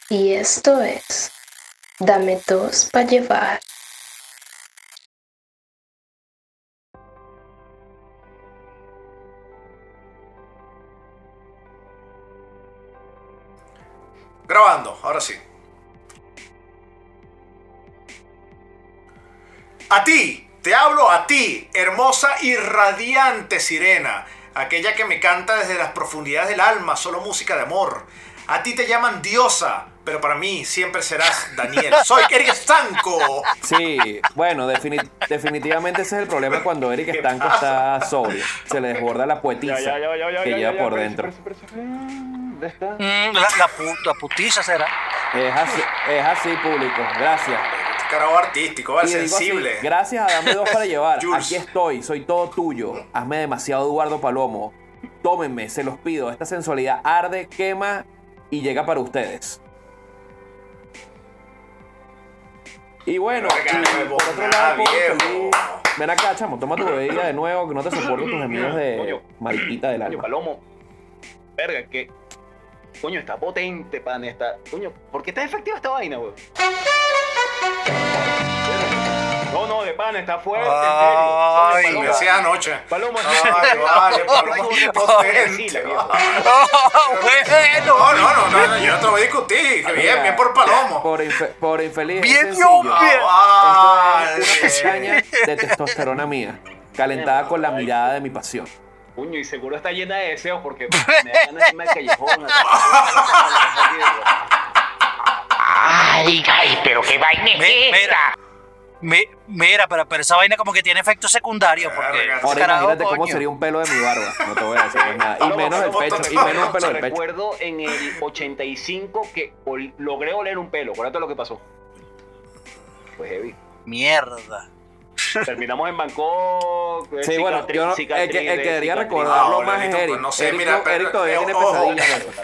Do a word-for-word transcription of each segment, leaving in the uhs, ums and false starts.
Y esto es Dame dos pa' llevar. Grabando, ahora sí. A ti, te hablo a ti, hermosa y radiante sirena, aquella que me canta desde las profundidades del alma, solo música de amor. A ti te llaman diosa, pero para mí siempre serás Daniel. Soy Eric Estanco. Sí, bueno, defini- definitivamente ese es el problema cuando Eric Estanco está sobrio. Se le desborda la poetisa Ya, ya, ya, ya, que ya, lleva ya, por ya, dentro. espérese, espérese, espérese. ¿Dónde está? Mm, la, la, pu- la putiza será. Es así, es así, público. Gracias. Carajo artístico, ¿vale? Y digo así, Sensible. gracias a Dame dos para llevar. Jules. Aquí estoy, soy todo tuyo. Hazme demasiado Eduardo Palomo. Tómenme, se los pido. Esta sensualidad arde, quema y llega para ustedes. Y bueno, No regales y por otro nada, lado, por viejo. feliz. Ven acá, chamo, toma tu bebida de nuevo, que no te soporto tus gemidos de Coño. mariquita del Coño, alma. Palomo. Verga, que. Coño, está potente, pan. Está. Coño, ¿por qué está efectiva esta vaina, weón? No, no, de pan, está fuerte. Ay, en serio. Me decía anoche. Palomo, Ay, vale, Palomo es potente. Sí, la viejo. bueno. No, no, no, no, no, yo no te voy a discutir. Que bien, bien por Palomo. Por, infe- por infeliz. Bien, es sencillo. bien. Ah, Esto es una vale. pestaña de testosterona mía, calentada con la mirada de mi pasión. Coño, y seguro está llena de deseos porque me da ganas de irme al callejón. Ay, ay, pero qué vaina es Me- esta. Mi- mira, pero, pero esa vaina como que tiene efectos secundarios. Porque, Verga. Ahora carajo, imagínate cómo coño. sería un pelo de mi barba. No te voy a decir más nada. Y menos del pecho. Y menos un pelo del pecho. Recuerdo en el ochenta y cinco que ol- logré oler un pelo. Acuérdate lo que pasó. Pues heavy. Mierda. Terminamos en Bangkok. Sí, bueno, cicatriz- yo no- el cicatriz que, el que de- debería cicatriz. recordarlo Ah, más es Olivito, Eric. pues no sé, Eric, mira, no- pero- Eric todavía eh, tiene ojo. pesadillas de eso.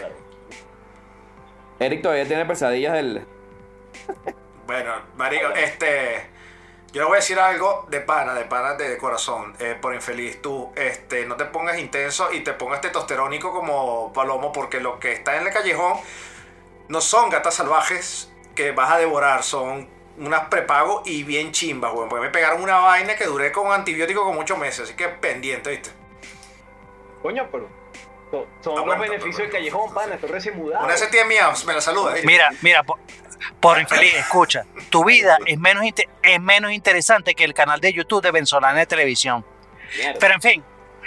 Eric todavía tiene pesadillas del... Bueno, marico, este... Yo le voy a decir algo de pana, de pana, de, de corazón. Eh, por infeliz, tú, este, no te pongas intenso y te pongas testosterónico como Palomo, porque lo que está en el callejón no son gatas salvajes que vas a devorar, son unas prepago y bien chimbas, weón. Porque me pegaron una vaina que duré con antibiótico con muchos meses, así que pendiente, ¿viste? Coño, pero. Son, son Ah, los bueno, beneficios pero- del callejón, pana. Estoy recién mudado. Una S T M mía, me la saluda. ¿viste? Mira, mira, por, por infeliz, escucha. Tu vida es menos, inte- es menos interesante que el canal de YouTube de Venezolana de Televisión. Mierda. Pero en fin,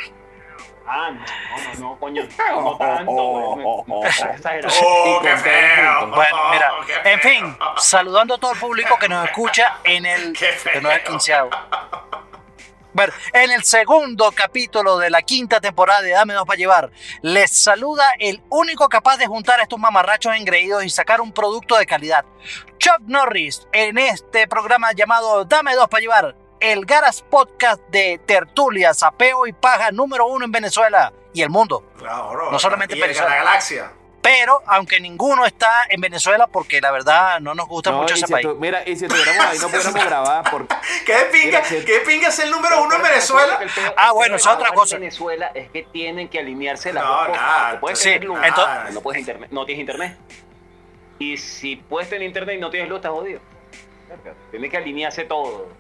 Ah, no, no, no, no, coño. No tanto, güey. No, no, exagerado. ¡Oh, Y qué con feo! todo bueno, mira, Oh, qué en feo. fin, saludando a todo el público que nos escucha en el, Qué feo. que no es el quinceavo. Bueno, en el segundo capítulo de la quinta temporada de Dame dos para llevar, les saluda el único capaz de juntar a estos mamarrachos engreídos y sacar un producto de calidad, Chuck Norris, en este programa llamado Dame dos para llevar, el Garas Podcast de tertulia, sapeo y paja número uno en Venezuela y el mundo. Claro, bro. No solamente Y en Venezuela. la galaxia. Pero, aunque ninguno está en Venezuela, porque la verdad no nos gusta No, mucho y ese si país. estu- mira, y si estuviéramos ahí no pudiéramos grabar porque... ¿Qué pinga? Mira, si- ¿Qué pinga es el número uno en Venezuela? El peor- Ah, el bueno, peor esa es de otra trabajar cosa. En Venezuela es que tienen que alinearse las No, dos cosas. nada, No puedes sí, tener luz, entonces- no puedes internet, no tienes internet. Y si puedes tener internet y no tienes luz, estás jodido. Verga, Tiene que alinearse todo.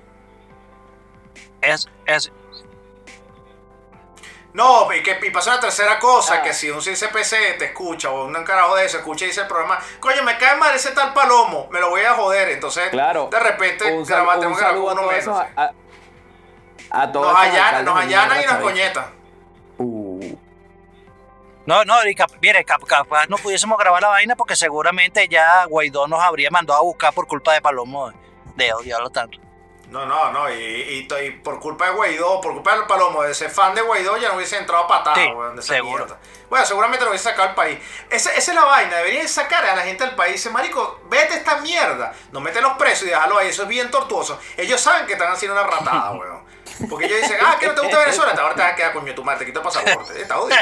Es, es, No, y que y pasa una tercera cosa, Ah. que si un C P C te escucha o un carajo de eso escucha y dice el programa, coño, me cae mal ese tal Palomo, me lo voy a joder, entonces Claro. de repente Un, sal- graba- un tengo que grabar saludo a uno todos menos. esos... sí. A, a, a todos Nos esos allanan, alcaldes nos de allanan y mierda nos chavistas. coñetan. Uh. no, no, y cap- mire, cap- capaz no pudiésemos grabar la vaina porque seguramente ya Guaidó nos habría mandado a buscar por culpa de Palomo de odiarlo tanto. No, no, no, y, y, y por culpa de Guaidó, por culpa del Palomo, de ser fan de Guaidó, ya no hubiese entrado a patada, Sí, weón, de esa seguro. mierda. Bueno, seguramente lo hubiese sacado al país. Esa, esa es la vaina, deberían sacar a la gente del país. Dice, marico, vete esta mierda. No mete los presos y déjalo ahí, eso es bien tortuoso. Ellos saben que están haciendo una ratada, weón. Porque ellos dicen, ah, que no te gusta Venezuela, ahora te vas a quedar coño tu madre, te quito el pasaporte. Está jodido.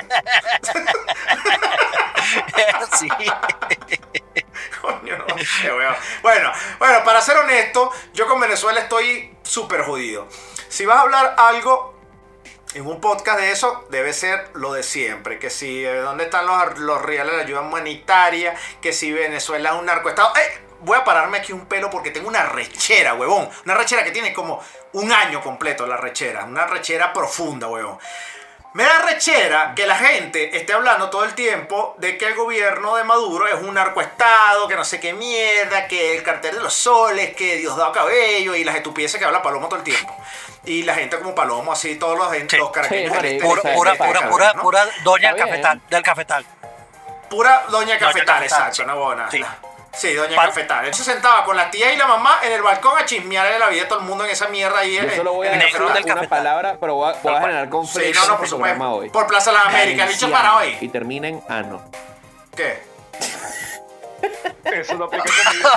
Sí. Coño, no sé, weón. Bueno, bueno, para ser honesto, yo con Venezuela estoy súper jodido. Si vas a hablar algo en un podcast de eso debe ser lo de siempre. Que si, eh, ¿dónde están los, los reales de la ayuda humanitaria? Que si Venezuela es un narcoestado. ¡Eh! Voy a pararme aquí un pelo porque tengo una rechera, huevón. Una rechera que tiene como un año completo la rechera. Una rechera profunda, huevón. Me da rechera que la gente esté hablando todo el tiempo de que el gobierno de Maduro es un narcoestado, que no sé qué mierda, que el cartel de los soles, que Diosdado Cabello y las estupideces que habla Palomo todo el tiempo. Y la gente como Palomo, así, todos los, Sí. los caraqueños. Sí, del este- Pura, Esa- pura, esa- pura, esa- pura, ¿no? pura doña Está bien. cafetal, del cafetal. Pura Doña Cafetal, Cafetal, exacto, sí. una buena. Sí. Sí, Doña Pa- Cafetal. Él se sentaba con la tía y la mamá en el balcón a chismearle la vida de todo el mundo en esa mierda ahí. Yo en- solo voy a en el decir Negrón Cafetal. del una Cafetal. palabra, pero voy a, voy a Tal cual. generar conflicto Sí, no, no, en por el programa supuesto. hoy. Por Plaza de las Américas, dicho para hoy. Y terminen ano. ¿Qué? Eso no aplica conmigo.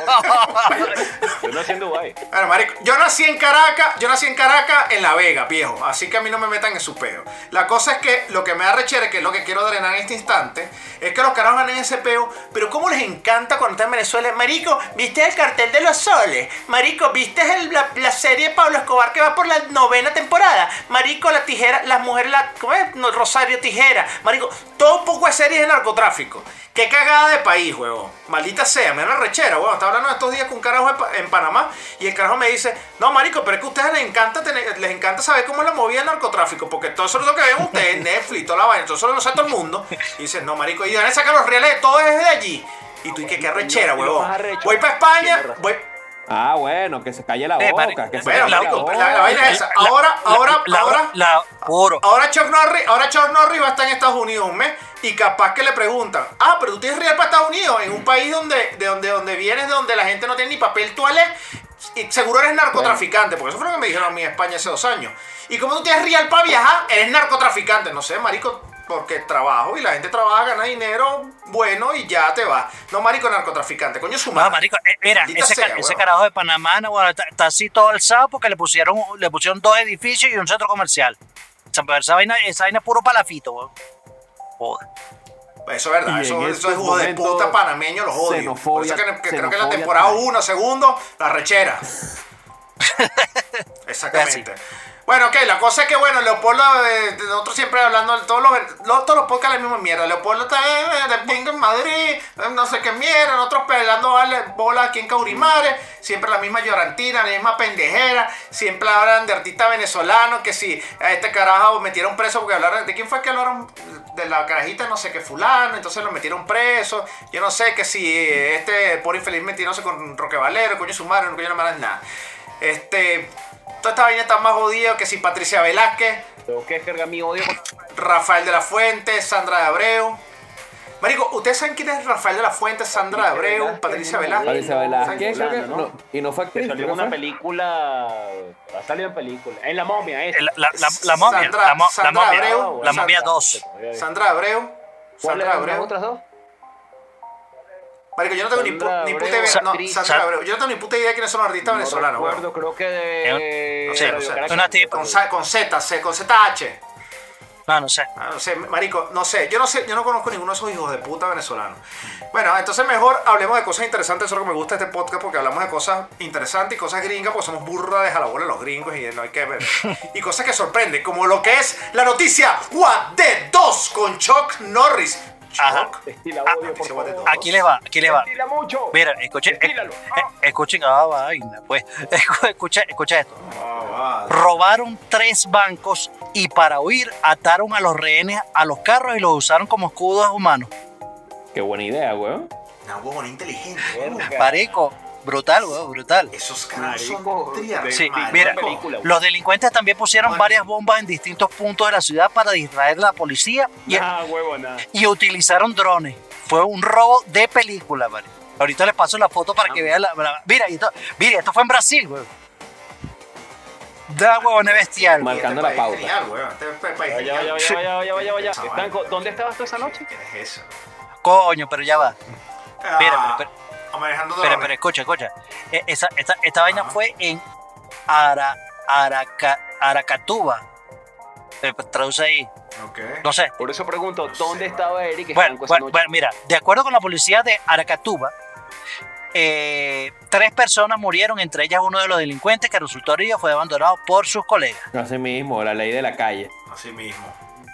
Yo nací en Dubái. Bueno, marico, yo nací en Caracas, yo nací en Caracas, en La Vega, viejo. Así que a mí no me metan en su peo. La cosa es que lo que me da rechera, que es lo que quiero drenar en este instante, es que los carajos van en ese peo, pero cómo les encanta cuando están en Venezuela. Marico, ¿viste el cartel de los soles? Marico, ¿viste el- la, la serie de Pablo Escobar que va por la novena temporada? Marico, la tijera, las mujeres, la, ¿cómo es? No, Rosario Tijera. Marico, todo poco de series de narcotráfico. Qué cagada de país, huevón. Maldita sea, me da la rechera, huevón. Estaba hablando estos días con un carajo en, Pa- en Panamá y el carajo me dice, no, marico, pero es que a ustedes les encanta tener, les encanta saber cómo es la movida del narcotráfico, porque todo eso es lo que ven ustedes, Netflix, toda la vaina, todo eso lo sabe todo el mundo. Y dices, no, marico, y van a sacar los reales de todo desde allí. Y tú, y que qué rechera, Y lo huevón. más arrecho, Voy para España, tiene razón. voy... Ah, bueno, que se calle la Eh, boca. marico, que se Bueno, calle la marico, boca. la, la vaina es esa. Ahora, La- ahora, la, ahora... La, puro. Ahora Chuck Norris, ahora Chuck Norris va a estar en Estados Unidos un mes y capaz que le preguntan, ah, pero tú tienes real para Estados Unidos, en un país donde, de donde, donde vienes, de donde la gente no tiene ni papel toalé, y seguro eres narcotraficante, porque eso fue lo que me dijeron a mí en España hace dos años. Y como tú tienes real para viajar, eres narcotraficante, no sé, marico, porque trabajo y la gente trabaja, gana dinero bueno y ya te va. No, marico, narcotraficante, coño su madre. No, marico, eh, mira, Maldita ese, sea, ca- ese huevón. carajo de Panamá, no, bueno, está, está así todo alzado porque le pusieron, le pusieron dos edificios y un centro comercial. Esa, esa vaina, esa vaina es puro palafito, weón. Joder. Eso es verdad, Y eso, en eso estos es hijo de momentos, puta panameño, los odio. Por eso xenofobia- que, que creo que en la xenofobia temporada time. uno, segundo, la rechera. Exactamente. Bueno, ok, la cosa es que, bueno, Leopoldo, eh, nosotros siempre hablando de todos los, los- todos los podcasts la misma mierda. Leopoldo está eh, de pinga en Madrid, eh, no sé qué mierda, nosotros peleando vale, bola aquí en Caurimare, siempre la misma llorantina, la misma pendejera, siempre hablan de artistas venezolanos, que si a este carajo metieron preso porque hablaron, ¿de quién fue que hablaron? De la carajita, no sé qué fulano, entonces lo metieron preso, yo no sé que si eh, este por infeliz mentiroso con Roque Valero, coño su madre, no coño no me nada. Este... Toda esta vaina está más jodida que si Patricia Velázquez, Tengo que descargar mi odio. Rafael de la Fuente, Sandra de Abreu. Marico, ¿ustedes saben quién es Rafael de la Fuente, Sandra de Abreu, Velázquez, Patricia no, Velázquez? Patricia Velázquez, creo que ¿no? no. Y no fue Que actriz. salió creo en que una fue. película. Ha salido en película. En La Momia, esa. La, la, la, la momia, Sandra- la, mo- la Sandra momia, Abreu, la momia Sandra- dos. Sandra de Abreu. ¿Cuáles Sandra de eran las Abreu. otras dos? Marico, yo no tengo ni, pu- Sandra ni puta Abreu, idea. No, actriz. Sandra de Abreu. Yo no tengo ni puta idea de quiénes son los artistas No venezolanos, weón. recuerdo, creo que de. No Sí, sé, Radio no sé. Caracas. Una tipa. Con, sa- con Z, C- con Z H. No, no sé. Ah, no sé, marico, no sé, yo no sé, yo no conozco ninguno de esos hijos de puta venezolanos. Bueno, entonces mejor hablemos de cosas interesantes, eso es lo que me gusta de este podcast, porque hablamos de cosas interesantes y cosas gringas, porque somos burras de jalabola los gringos y no hay que ver. Y cosas que sorprenden, como lo que es la noticia What the dos con Chuck Norris. Ajá. Chuck. Estila Ah, odio, por What the favor. dos. Aquí les va, aquí les va. Estila mucho. Mira, escuchen, Estíralo. eh, escuchen, ah, vaina, pues. Escucha, escucha esto. Ah, va. Robaron tres bancos y para huir ataron a los rehenes a los carros y los usaron como escudos humanos. Qué buena idea, weón. Una huevona inteligente. Verga. Marico, brutal, weón, brutal. Esos carajos Marico, son trias, de- Sí, marico. mira, película. los delincuentes también pusieron varias bombas en distintos puntos de la ciudad para distraer a la policía y, Nah, huevo, nada. y utilizaron drones. Fue un robo de película, marico. Ahorita les paso la foto para que vean la... la- mira, y esto, mira, esto fue en Brasil, weón. Da huevones bestial, weón. Marcando Este la país pauta. genial, weón. Este país Vaya, genial. vaya, vaya, vaya, vaya, vaya, vaya. Chaval. Estanco, ¿dónde estabas tú esa noche? ¿Qué es eso? Coño, pero ya va. Mira, Ah, pero- manejando Espera, drones. espera, escucha, escucha. Eh, Esa, esta, esta vaina fue en Ara, Araca, Aracatuba. Eh, pues, traduce ahí. Ok. No sé. Por eso pregunto, No ¿dónde sé, estaba Eric Bueno, Estanco esa bueno, noche? bueno, mira, de acuerdo con la policía de Aracatuba, eh, tres personas murieron, entre ellas uno de los delincuentes que resultó herido fue abandonado por sus colegas. Así mismo, la ley de la calle. Así mismo.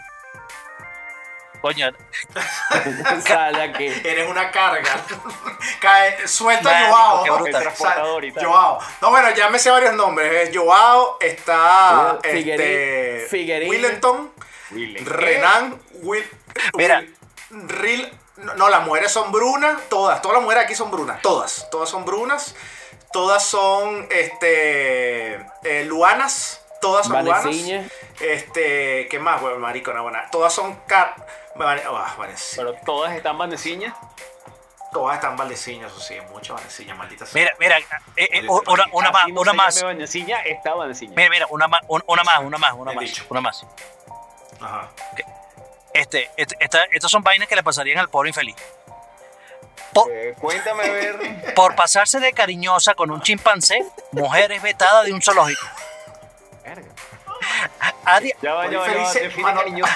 Coño, Sale aquí. Eres una carga. Cae, suelta Marico, Joao. qué brutal. El transportador y tal. Joao. No, bueno, ya me sé varios nombres. Es Joao, está Figuerín- este, Figuerín. Wellington, Willy. Renan, Will, Mira. Will- Ril- no, no, las mujeres son brunas, todas, todas las mujeres aquí son brunas, todas, todas son brunas, todas son este eh, luanas, todas son Vaneciña. luanas. Este, ¿qué más, güey, marico? No, bueno, todas son car Vane- ah, Vaneci- Pero todas están bandeciñas. todas están valdeciñas, eso sí, muchas valdeciñas, malditas. mira, mira, eh, eh, una, una más, Así no una se más. llame bandeciña, está bandeciña. Mira, mira, una más, un- una más, una más, una Bien más, dicho. una más. Ajá. Este, este, esta- estas son vainas que le pasarían al pobre infeliz. Po- Eh, cuéntame, a ver. por pasarse de cariñosa con un chimpancé, mujer es vetada de un zoológico. Verga. Adi- Ya va, ya va, ya va. Felice- Define mano- cariñoso.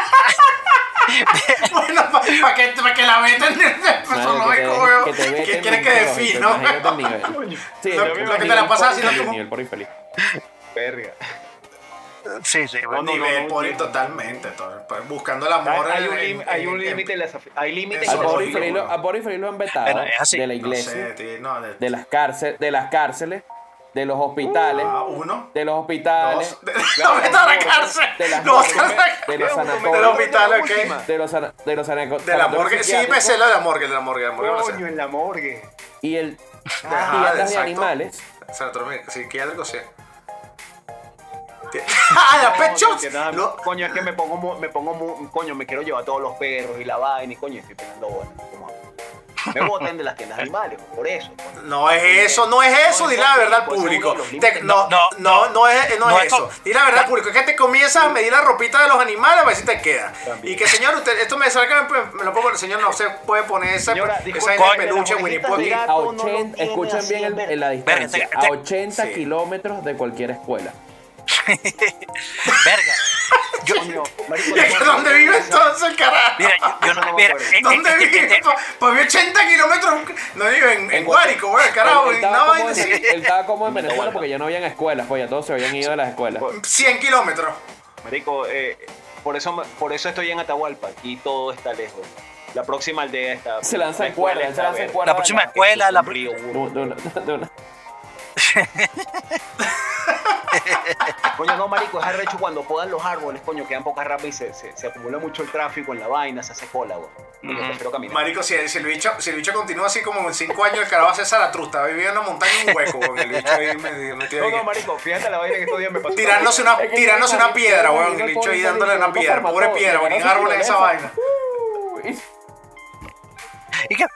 Bueno, para que, pa que la veten en el zoológico, weón. que te ¿Qué veten quieres en que un zoológico, defina? imagínate el nivel. Sí, Lo- el lo que te nivel la pasas por haciendo infeliz, tú. nivel por infeliz. Verga. Sí, sí, bueno. no, Nivel no, por no. totalmente, todo, pues, buscando el amor. Hay en- un en- lim- hay un en- límite, en- las afi- hay límites. Eso Al no pobre lo infeliz digo, lo- weón. al pobre infeliz lo han vetado Bueno, es así. de la No iglesia, sé, tío, no, de, de las cárceles, de las cárceles, de los hospitales, ah, uno, de los hospitales, dos, de, no, vete a la cárcel, de las no, vete a la de cárcel, los del sanatorios, hospital, ok, de los sana- de los sana- de la sanatorios morgue, sí, me psiquiátricos sé lo de la morgue, de la morgue, de la morgue, no Coño, sé. en la morgue. y el Ajá, tiendas de exacto. animales. Sanatorio psiquiátrico, sí. Ah, la pet shops. Que nada, Lo- Coño, es que me pongo, mu- me pongo, mu- coño, me quiero llevar todos los perros y la vaina y coño, estoy pegando bolas. como- Me botan de las tiendas de animales, por eso. coño. No es eso, no es eso, No, dile eso la sí, verdad al pues, público. uno de los Te- límites. no, No, no, no es, no no es es eso. co- Dile la verdad al público, es que te comienzas a medir la ropita de los animales a ver si te queda. También. Y que señor, usted, esto me salga, pues, me lo pongo, señor, no se puede poner esa, Señora, esa disculpe, vaina de coño, peluche las Winnie orejitas Pooh de aquí. gato. A no lo ochenta, tiene escuchen así bien en el- verde. en la distancia, Verga, te- a ochenta sí. kilómetros de cualquier escuela. Verga. Yo, Coño, marico, ¿Y es que dónde vive entonces, carajo? mira, yo, yo Eso no, no me mira, acuerdo. eh, eh, ¿Dónde eh, eh, vive? eh, Pues vive ochenta kilómetros, no vive en, en Guárico, güey, carajo, Él- él estaba no como vaina en- así. él estaba como en Venezuela porque ya no habían escuelas, pues ya todos se habían ido de las escuelas. cien kilómetros. Marico, eh, por, eso, me- por eso estoy en Atahualpa y todo está lejos. La próxima aldea está. Se lanza la en cuerda, escuela él se lanza en está cuerda. La próxima de la- escuela, la un río, de burro. una- de una- Coño, no, marico, es arrecho cuando podan los árboles, coño, quedan pocas ramas y se, se, se acumula mucho el tráfico en la vaina, se hace cola, güey. Coño, prefiero caminar. Marico, si, si, el bicho, si el bicho continúa así como en cinco años, el carajo va a ser Zaratrusta, va a vivir en una montaña en un hueco, con el bicho ahí me- metido No, ahí. no, marico, fíjate la vaina que estos días me pasó. Tirándose una, Es que tirándose yo una me piedra, imagino weón, el al bicho pobre ahí dándole una infeliz, piedra, lo pobre mató, piedra, le weón, en agarró su árbol en esa vaina. Uh, y- y que-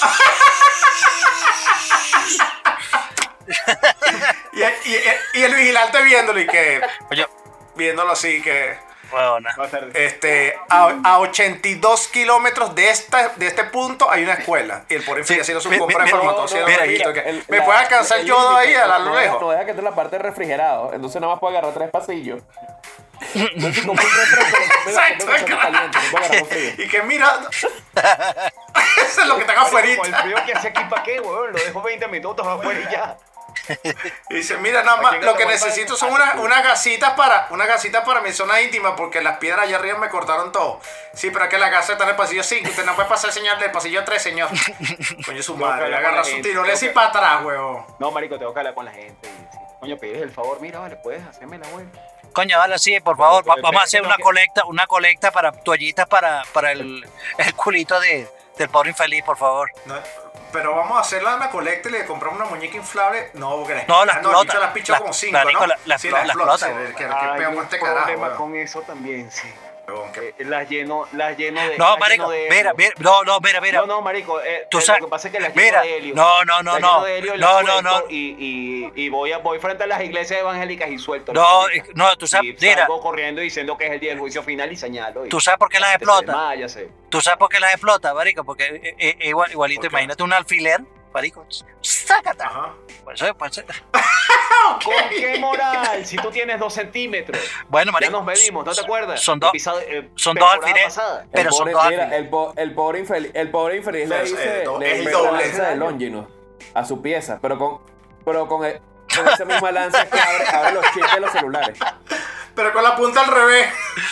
Y, y, y el vigilante viéndolo y que, Oye, viéndolo así, que huevona. Va a ser- este, a, a ochenta y dos kilómetros de, esta, de este punto hay una escuela. Y el pobre infeliz Sí, haciendo su mi- compra mi- de mi- farmacéuticos. no, no, mira, que el- ¿Me la- puede alcanzar el el yodo ahí límite, a no lo deja- lejos? No deja que esté en la parte de refrigerado, entonces nada más puede agarrar tres pasillos. Entonces, como un refresco, mira, Exacto, tengo que hacerlo caliente, no puede agarrar frío. Y que mira, eso es lo que están Con el afuera. frío que hace aquí, ¿para qué, weón? Lo dejo veinte minutos afuera y ya. Y dice, mira, nada más, Aquí lo no que te necesito son aguantan. unas, unas gasitas para unas gasitas para mi zona íntima, porque las piedras allá arriba me cortaron todo. Sí, pero es que la casa está en el pasillo cinco, usted no puede pasar señal del pasillo tres, señor. Coño, su Tengo que madre, hablar agarra con la su gente, tiroles y tengo que- para atrás, huevón. No, marico, tengo que hablar con la gente. Y decir, coño, pides el favor, mira, vale, puedes hacerme la güey. Coño, vale, sí, por favor, Pero, va- vamos a hacer pero una que- colecta, una colecta para toallitas para, para el, el culito de, del pobre infeliz, por favor. No, pero vamos a hacerla una colecta y le compramos una muñeca inflable. No, porque No, las no, el flotas. bicho las pichó Las- con cinco, marico, ¿no? la- las sí, flo- las las flotas. flotas. sí, que- que Hay pego un este carajo, problema huevón. con eso también, sí. Huevón, que- Eh, las lleno, las lleno de. No, las marico, lleno de mira, helio. mira, no, no, mira, mira. No, no, marico, eh, Tú eh, sabes- lo que pasa es que las lleno mira, de helio. no, no, no, Las no. lleno de helio y las No, no, suelto no. Y, y, y voy, a, voy frente a las iglesias evangélicas y suelto. las No, muñecas. no, tú sabes, Y mira, salgo corriendo diciendo que es el día del juicio final y señalo. Y tú sabes por qué las la gente se explota. desmaya, se- Tú sabes por qué las explota, marico, porque eh, eh, igual, igualito, ¿Por qué? imagínate un alfiler, marico, sácata. Ajá. Por eso, por eso- ¿Con qué moral? Si tú tienes dos centímetros. Bueno, Ya marico. nos medimos, ¿no te acuerdas? Son dos, Episodio- eh, son dos temporada alfileres. pasada. Pero el son pobre, dos mira, alfileres. el, po- el pobre infeliz, el pobre infeliz le Es, dice, eh, do- le es dice el la doble. lanza de Longinus a su pieza, pero con, pero con, el- con esa misma lanza que abre, abre los chips de los celulares. pero con la punta al revés.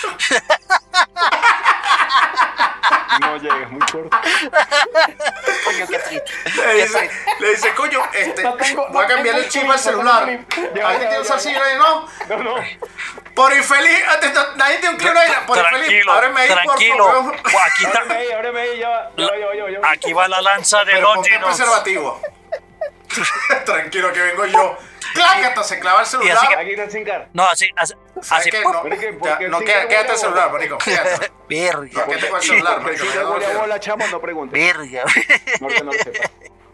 No llegues, muy corto. Coño, qué triste. Le dice, le dice, coño, este, No tengo- voy a no cambiar tengo el chip clip, al no tengo celular. clip. Ya, ¿Alguien ya, tiene un ya, salsillo ahí? No. No, no. Por infeliz, antes no- nadie tiene un clip ahí. Por infeliz, Tranquilo, ábreme ahí, por tranquilo. favor. Buah, aquí, está- Ábreme ahí, ábreme ahí, ya va. Ya va, ya va, ya va, ya va. aquí va la lanza de Pero ponte el Longinus. preservativo. Tranquilo, que vengo yo. Clácata, se clava el así celular. que- Aquí está el sin car. No, así, así, ¿Sabes así qué? ¡pum! No, Pero es que- ya, porque no el queda- cinco quédate el huele a celular, bola. marico. Quédate. Verga. ¿Qué te con el celular, Porque marico? si Ya le no lo huele a quiero. bola, chamo, no preguntes. Verga. No, que no lo sepa.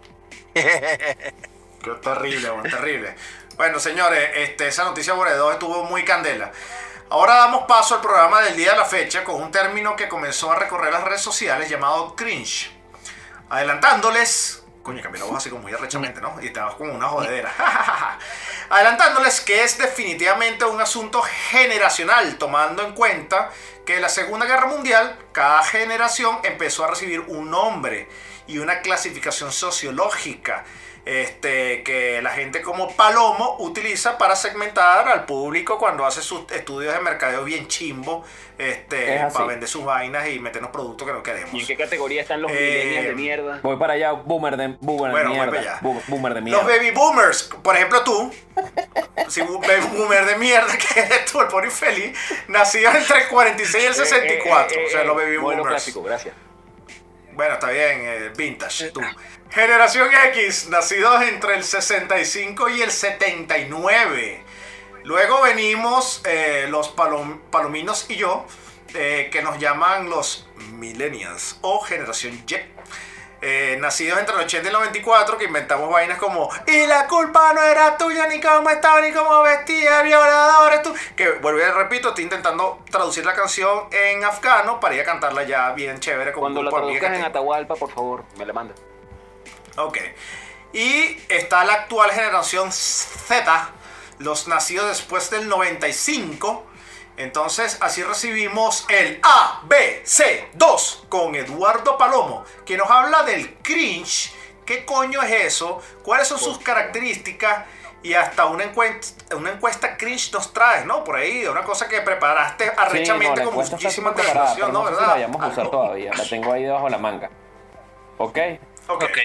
Qué terrible, man, terrible. Bueno, señores, este, esa noticia por dos estuvo muy candela. Ahora damos paso al programa del día de la fecha con un término que comenzó a recorrer las redes sociales llamado cringe. Adelantándoles, coño, cambié la voz así como muy arrechamente, ¿no? Y estabas como una jodedera. Adelantándoles que es definitivamente un asunto generacional, tomando en cuenta que en la Segunda Guerra Mundial cada generación empezó a recibir un nombre y una clasificación sociológica, este, que la gente como Palomo utiliza para segmentar al público cuando hace sus estudios de mercadeo bien chimbo, este, Es así. para vender sus vainas y meternos productos que no queremos. ¿Y en qué categoría están los Eh, millennials de mierda? Voy para allá, boomer de, boomer Bueno, de voy para mierda. allá. Bu- Boomer de mierda. Los baby boomers, por ejemplo tú, si un baby boomer de mierda que eres tú, el pobre infeliz, nacido entre el cuarenta y seis y el sesenta y cuatro, Eh, eh, eh, o sea, los eh, baby modelo boomers. clásico, gracias. Bueno, está bien, eh, vintage, tú. Generación X, nacidos entre el sesenta y cinco y el setenta y nueve. Luego venimos eh, los palom- palominos y yo, eh, que nos llaman los millennials o generación Y. Eh, nacidos entre el ochenta y el noventa y cuatro, que inventamos vainas como y la culpa no era tuya, ni cómo estaba, ni cómo vestía, violadores tú. Que vuelvo y repito, estoy intentando traducir la canción en afgano para ir a cantarla ya bien chévere. Con Cuando un la grupo de amigas traduzcas que en tengo. Atahualpa, por favor, me la mandas. Ok. Y está la actual generación Z, los nacidos después del noventa y cinco. Entonces, así recibimos el A B C dos con Eduardo Palomo, que nos habla del cringe. ¿Qué coño es eso? ¿Cuáles son sus características? Y hasta una encuesta, una encuesta cringe nos traes, ¿no? Por ahí, una cosa que preparaste Sí, no, arrechamente la con encuesta está muchísima súper preparada, antelación, pero ¿no? no sé si ¿Verdad? la vayamos a usar Ah, todavía. La tengo ahí debajo de la manga. ¿Ok? Ok. Ok.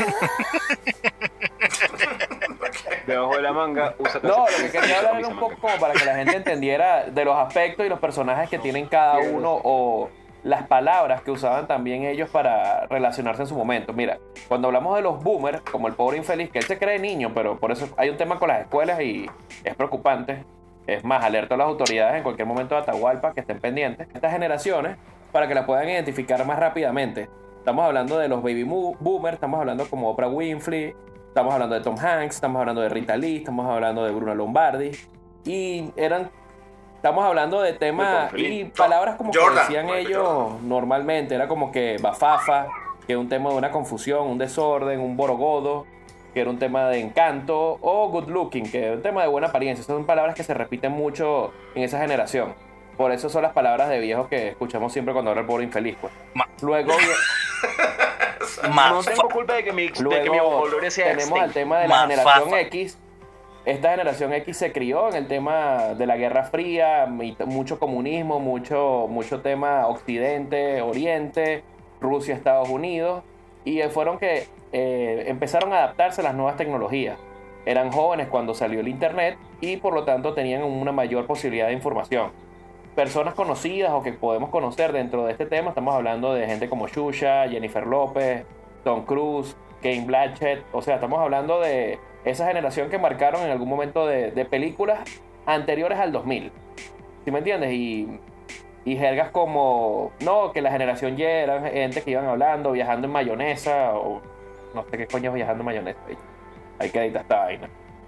Debajo de la manga, usa No, lo que quería hablar era un poco como para que la gente entendiera de los aspectos y los personajes que tienen cada uno o las palabras que usaban también ellos para relacionarse en su momento. Mira, cuando hablamos de los boomers, como el pobre infeliz, que él se cree niño, pero por eso hay un tema con las escuelas y es preocupante. Es más, alerta a las autoridades en cualquier momento de Atahualpa que estén pendientes. Estas generaciones, para que las puedan identificar más rápidamente. Estamos hablando de los baby mo- boomers, estamos hablando como Oprah Winfrey, estamos hablando de Tom Hanks, estamos hablando de Rita Lee, estamos hablando de Bruno Lombardi. Y eran, estamos hablando de temas y palabras como Jordan. que decían Michael ellos Jordan. normalmente. Era como que bafafa, que era un tema de una confusión, un desorden, un borogodo, que era un tema de encanto, o good looking, que era un tema de buena apariencia. Esas son palabras que se repiten mucho en esa generación. Por eso son las palabras de viejos que escuchamos siempre cuando habla el pobre infeliz, pues. Ma- Luego, Ma- No tengo culpa de que mi, de que mi luego vocabulario sea tenemos el extinto. tema de la Mafafa. generación X. Esta generación X se crió en el tema de la Guerra Fría, mi- mucho comunismo, mucho, mucho tema Occidente, Oriente, Rusia, Estados Unidos, y fueron que eh, empezaron a adaptarse a las nuevas tecnologías. Eran jóvenes cuando salió el Internet y por lo tanto tenían una mayor posibilidad de información. Personas conocidas o que podemos conocer dentro de este tema, estamos hablando de gente como Xuxa, Jennifer López, Tom Cruise, Kate Blanchett, o sea, estamos hablando de esa generación que marcaron en algún momento de, de películas anteriores al dos mil. ¿Sí me entiendes? Y, y jergas como, no, que la generación Y eran gente que iban hablando, viajando en mayonesa, o no sé qué coño es viajando en mayonesa. Hay que editar esta vaina.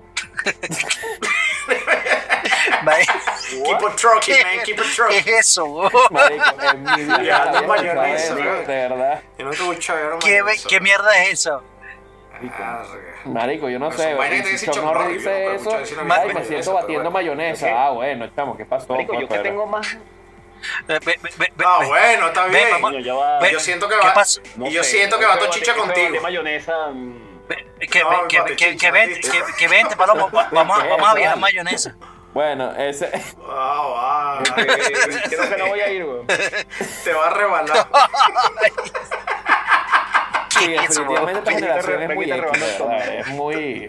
Keep it trucking, man, keep it ¿Qué trucking. es eso? weón? Marico, en mi vida Viajando en había escuchado mayonesa, eso, ¿no? de verdad. Yo nunca he escuchado ahora ¿Qué, mayonesa. ¿Qué mierda es eso? Verga. Marico, yo no Pero sé, son vainas que si dice Chuck Chuck Norris Norris, yo dice nunca he eso, escuchado decir una ay, vaina me de siento mayonesa, batiendo pero mayonesa. ¿Qué? Ah, bueno, chamo, ¿qué pasó? Marico, Pues, yo que pero- tengo más... Eh, ve- ve- ve- ve- Ah, ve- bueno, está Ve, bien. vamos- Coño, ya va. Ve- Yo siento que ¿Qué va. pasa? Y yo siento que va tu chicha Eso de contigo. mayonesa... mm, ve- Que, No, que, papi, que, chicha, que vente, chicha. que, que vente, Palomo, va- vamos, a- vamos a viajar mayonesa. Bueno, ese. Ah, va. Eh, creo que no voy a ir, weón. Te va a rebalar. Sí, ¿Qué es eso, definitivamente esta Me quita generación re- es me muy quita X, rebalanzón. ¿verdad? Es muy.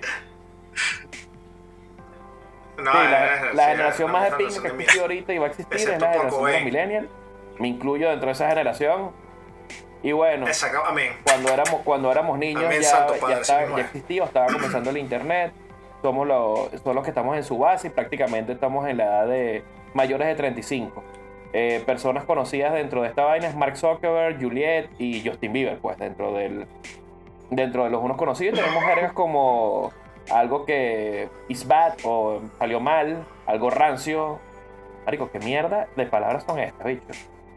No, Sí, es- la, es- la sí, generación es más de una pinga generación que de existe mierda. ahorita y va a existir es Excepto la por generación de los Cobain. millennials. Me incluyo dentro de esa generación. Y bueno, Exacto, amén. cuando éramos, cuando éramos niños Amén, ya, Santo ya, Padre, estaba- sí mismo ya es. existía, o estaba comenzando el internet. Somos los, son los que estamos en su base y prácticamente estamos en la edad de mayores de treinta y cinco. Eh, personas conocidas dentro de esta vaina es Mark Zuckerberg, Juliet y Justin Bieber, pues dentro del dentro de los unos conocidos tenemos jergas como algo que is bad o salió mal, algo rancio. Marico, ¿qué mierda de palabras son estas, bicho?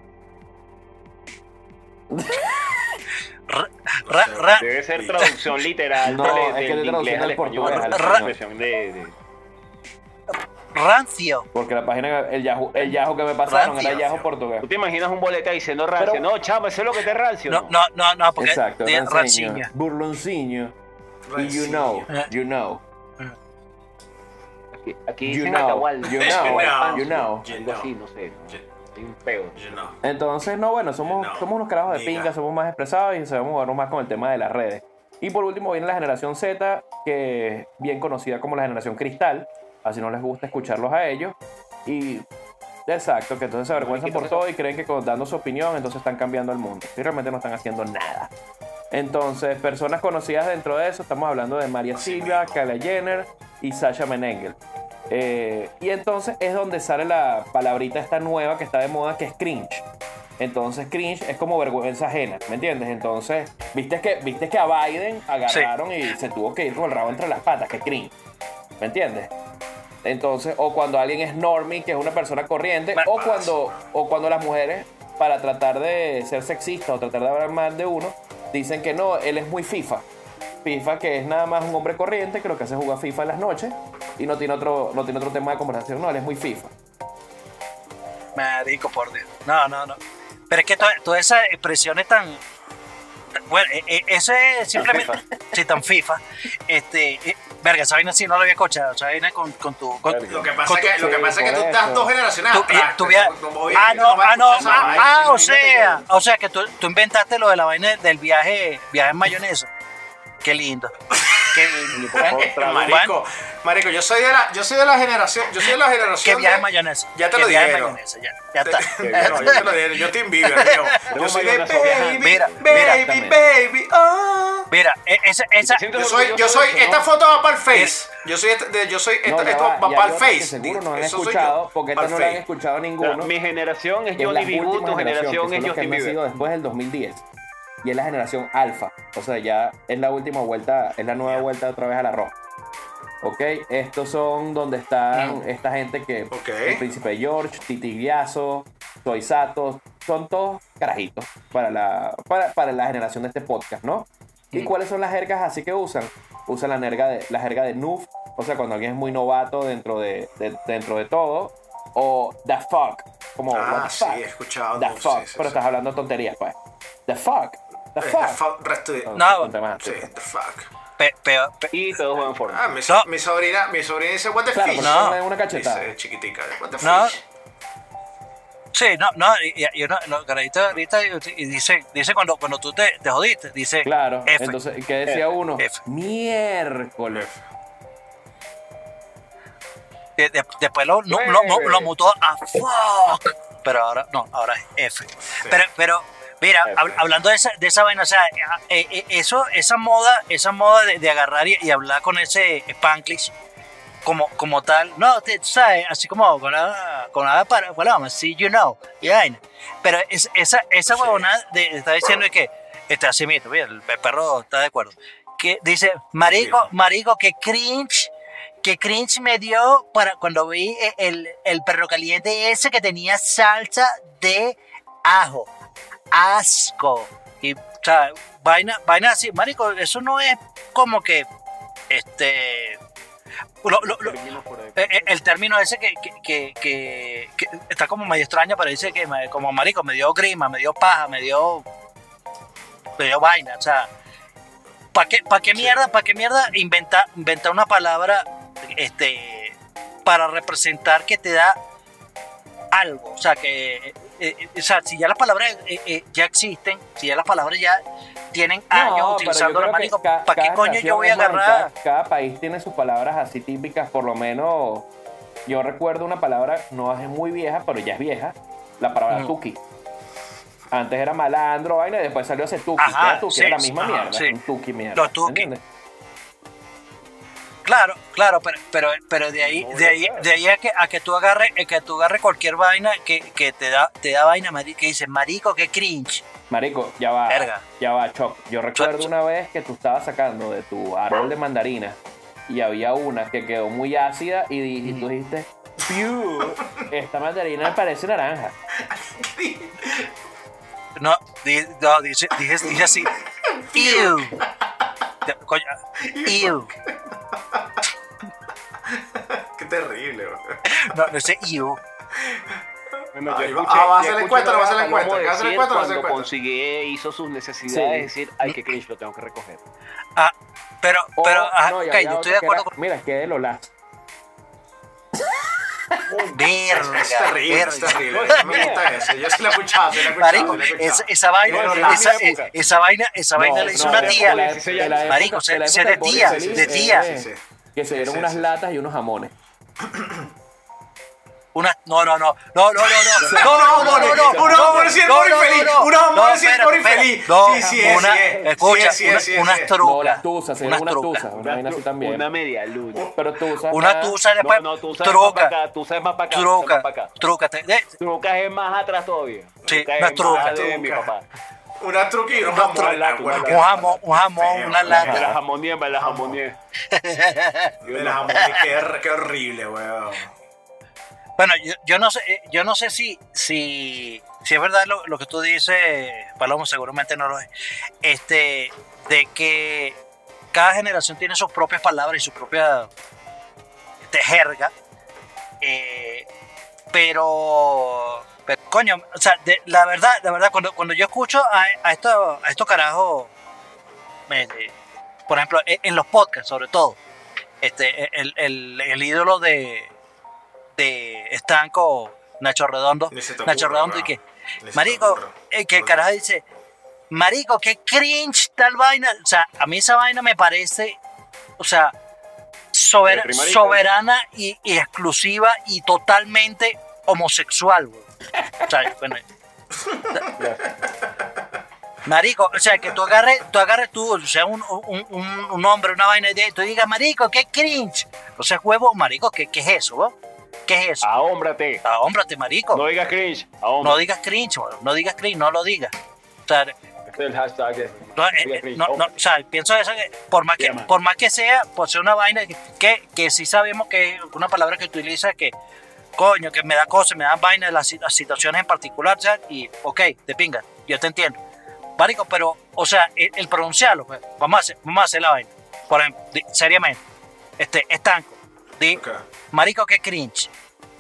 Ra- ra- ra- Debe ser traducción literal No, de- es que del de traducción inglés al del español. portugués al La español. expresión de- de- rancio. Porque la página, el Yahoo, el Yahoo que me pasaron Rancio. era Yahoo portugués. ¿Tú te imaginas un boleta diciendo rancio? Pero- No, chamo, eso es lo que te rancio. No, no, no, no, porque Exacto, de ranciño, ranciña. burlonciño. Y you Ranciño. know, Eh. you know, Aquí, aquí you dicen know, Atahual. you know, know, you know. you Algo know. así, no sé. You- Hay un peo. you know. Entonces, no, bueno, somos, No, somos unos carajos de diga. pinga, somos más expresados y sabemos jugarnos más con el tema de las redes. Y por último viene la generación Z, que es bien conocida como la generación cristal, así no les gusta escucharlos a ellos. Y exacto, que entonces se avergüenzan por todo y creen que con- dando su opinión entonces están cambiando el mundo. Y realmente no están haciendo nada. Entonces, personas conocidas dentro de eso, estamos hablando de María Así Silva, mismo. Kylie Jenner y Sasha Menengel. Eh, y entonces es donde sale la palabrita esta nueva que está de moda, que es cringe. Entonces cringe es como vergüenza ajena, ¿me entiendes? Entonces, viste que, viste que a Biden agarraron y se tuvo que ir con el rabo entre las patas, que cringe, ¿me entiendes? Entonces, o cuando alguien es normie, que es una persona corriente, Me o pasa. cuando, o cuando las mujeres, para tratar de ser sexistas o tratar de hablar mal de uno, dicen que no, él es muy FIFA. FIFA, que es nada más un hombre corriente que lo que hace es jugar FIFA en las noches y no tiene otro, no tiene otro tema de conversación, no, él es muy FIFA. Marico, por Dios. No, no, no. Pero es que to- todas esas expresiones tan. Bueno, eh, eh, eso es simplemente. Sí, tan FIFA. Este. eh, verga, esa vaina sí no lo había escuchado. Esa vaina con, con tu. Con, Verga. Lo que pasa con es que, tu- lo que, sí, pasa es que por tú estás eso. dos generaciones tú- atrás. tú que via- tú- no- oye, ah, no, vas a ah, no, escuchar esa ah, vaina. ah, o imagínate sea, o sea que tú, tú inventaste lo de la vaina del viaje, viaje en mayonesa. Qué lindo. Qué lindo. Otra, Marico, marico, yo soy de la, yo soy de la generación, yo soy de la ¿Qué generación viaje de- en mayonesa? Ya te ¿Qué lo viaje en dijeron. mayonesa? Ya, ya está. No, yo te lo dije, yo Team Bieber, viejo. Yo soy de mayonesa viajante. baby, Mira, mira, baby, baby, oh. Mira, e- esa, esa, ¿Te sientes Yo soy, yo soy, esta foto va para el face. Yo soy, este- de- yo soy, esta, No, ya esto va, va y para hay el otros que face. seguro no han Eso soy yo, escuchado, porque esta pa'l no la han face. escuchado ninguno. Mi generación es Es Johnny la B. Good, última tu generación, generación que es son los que Justin han nacido Bieber. después del dos mil diez. Y es la generación alfa. O sea, ya es la última vuelta, es la nueva vuelta otra vez al arroz. Ok, estos son donde están Mm. esta gente que Ok. el Príncipe George, Titi Gliazo, Soy Sato, son todos carajitos para la, para, para la generación de este podcast, ¿no? ¿Y Mm. cuáles son las jergas así que usan? Usan la jerga de, la jerga de noob, o sea, cuando alguien es muy novato dentro de, de- dentro de todo, o the fuck, como Ah, what the sí, fuck, he escuchado. the no, fuck, sí, sí, pero sí. estás hablando tonterías, pues. The fuck, the Eh, fuck. the fuck, resto de- Son- No, son temas Sí, así, pues. the fuck. pe- pe- pe- Y todos juegan Fortnite. Ah, mi, No. mi sobrina, mi sobrina dice, what the Claro, fish. porque No. son una cachetada. Dice chiquitica, what the No. fish. sí, no, no, y, y uno, no, carajito ahorita y dice, dice cuando, cuando tú te, te jodiste, dice Claro, F. entonces, ¿qué decía uno? F. Miércoles. De- de- después lo, no, lo, lo- lo mutó a fuck, pero ahora no, ahora es F. Pero, pero mira, F. hab- hablando de esa, de esa vaina, o sea, eh, eh, eso, esa moda, esa moda de, de agarrar y, y hablar con ese Spanglish como, como tal, no, te, sabes, así como con la, con la para, bueno, sí, you know, y vaina. Pero es, esa, esa Sí. huevonada de, está diciendo que, está así mismo, mira, el, el perro está de acuerdo, que dice, marico, Sí. marico, que cringe, que cringe me dio para cuando vi el, el perro caliente ese que tenía salsa de ajo. Asco. Y, o sea, vaina, vaina así, marico, eso no es como que, este, lo- lo- lo- eh, eh, el término ese que, que, que, que- que está como medio extraño, pero dice que me- como marico, me dio grima, me dio paja, me dio, me dio vaina, o sea, ¿para qué, pa qué mierda, para qué mierda inventa, inventa una palabra, este, para representar que te da algo. O sea, que eh, eh, o sea, si ya las palabras eh, eh, ya existen, si ya las palabras ya tienen años No, utilizándolas, pero yo creo que marico, ca- ¿para qué cada coño nación yo voy a es más, agarrar? Cada, cada país tiene sus palabras así típicas, por lo menos. Yo recuerdo una palabra, no es muy vieja, pero ya es vieja, la palabra Mm. tuki. Antes era malandro, vaina, y después salió ese tuki. Ajá, que era tuki, sí, era la misma ajá, mierda. sí. Un tuki mierda. Los tuki. ¿entiendes? Claro, claro, pero, pero, pero de ahí, de ahí, de ahí a que, a que tú agarres, a que tú agarres cualquier vaina que, que te da, te da vaina, marico, que dices, marico, qué cringe. Marico, ya va. Verga. Ya va, Choc. Yo recuerdo Choc. una vez que tú estabas sacando de tu árbol de mandarinas y había una que quedó muy ácida y, di- y tú dijiste, ¡piu! Esta mandarina me parece naranja. No, di- no dice, dije, dije así, ew. Te- Coño, ew. Qué terrible, bro. No, no sé, ew. Bueno, Ahí yo va- escuché, ah, va a yo ser la escuché encuesta, una va a ser la vez a Palomo encuesta, va a ser la decir encuesta, va a ser la cuando encuesta. consiguió, hizo sus necesidades, Sí. decir, ay, qué cringe, lo tengo que recoger. Ah, pero, O- pero, ajá, no, y ok, había yo otro estoy de que acuerdo era- con. Mira, es que de Lola. Verga, Es terrible, es verga. terrible. A mí me gusta eso. Yo sí la he escuchado, sí la he escuchado. Marico, sí la he escuchado. esa, esa vaina, No, no, esa, en mi época. esa vaina, esa vaina la hizo no, una de- tía. de la- de la época- Marico, se- de la se época de del Pobre tía, Feliz, de eh, tía. Sí, sí. Que se dieron Sí, unas sí. latas y unos jamones. Una, no, no, no, no, no, no, no, No, no, no, no, no, un amor es el pobre infeliz, un amor es el pobre infeliz. No, Sí, sí es, una, sí es, escucha, sí es, una- sí es, unas sí es. trucas. No, las tuzas, se dieron unas trucas. tuzas. Una vaina así también. Una media luna. Pero tuzas. Una nada. tusa después, No, no, tú sabes más truca, para acá, tú sabes más para acá, tú sabes truca, más para acá. truca, te- de- Trucas es más atrás todavía. Sí, Trucas una es truca. más de mi Truca. papá. Una truqui y un Una jamón. truca, ah, bueno, un jamón, un jamón, Feo, una feo. De la lata. jamonía, de la jamonía. De la jamón, qué, qué horrible, weón. Bueno, yo, yo no sé, eh, yo no sé si, si, si es verdad lo, lo que tú dices, Palomo, seguramente no lo es. Este, de que cada generación tiene sus propias palabras y su propia este, jerga. Eh, pero, pero, coño, o sea, de- la verdad, la verdad, cuando, cuando yo escucho a, a estos a estos carajos, eh, eh, por ejemplo, en, en los podcasts sobre todo, este, el, el, el ídolo de de Estanco, Nacho Redondo, Ni se te Nacho ocurra, Redondo y bro. que, Ni se te marico, ocurra. eh, que el carajo dice, marico, qué cringe tal vaina, o sea, a mí esa vaina me parece, o sea, sober- Petri, marico. soberana y, y exclusiva y totalmente homosexual, güey. O sea, bueno, marico, o sea, que tú agarres, tú agarres tú, o sea, un, un, un, un hombre, una vaina de tú digas, marico, qué cringe, o sea, huevo, marico, ¿qué, qué es eso, güey? ¿Qué es eso? Ahómbrate. Ahómbrate, marico. No digas cringe. No Ahómbrate. digas cringe, güey, no digas cringe, no lo digas. O sea, Este es el hashtag. de- no, eh, digas eh, cringe, no, no, ahómbrate. o sea, pienso eso que por más que, Yeah, man. por más que sea, pues es una vaina que, que sí sabemos que es una palabra que utiliza que, coño, que me da cosas, me dan vainas las, las situaciones en particular, o sea, y ok, de pinga, yo te entiendo. Marico, pero, o sea, el, el pronunciarlo, pues, vamos a hacer, vamos a hacer la vaina. Por ejemplo, di- seriamente, este, estanco, di, Ok, marico, qué cringe.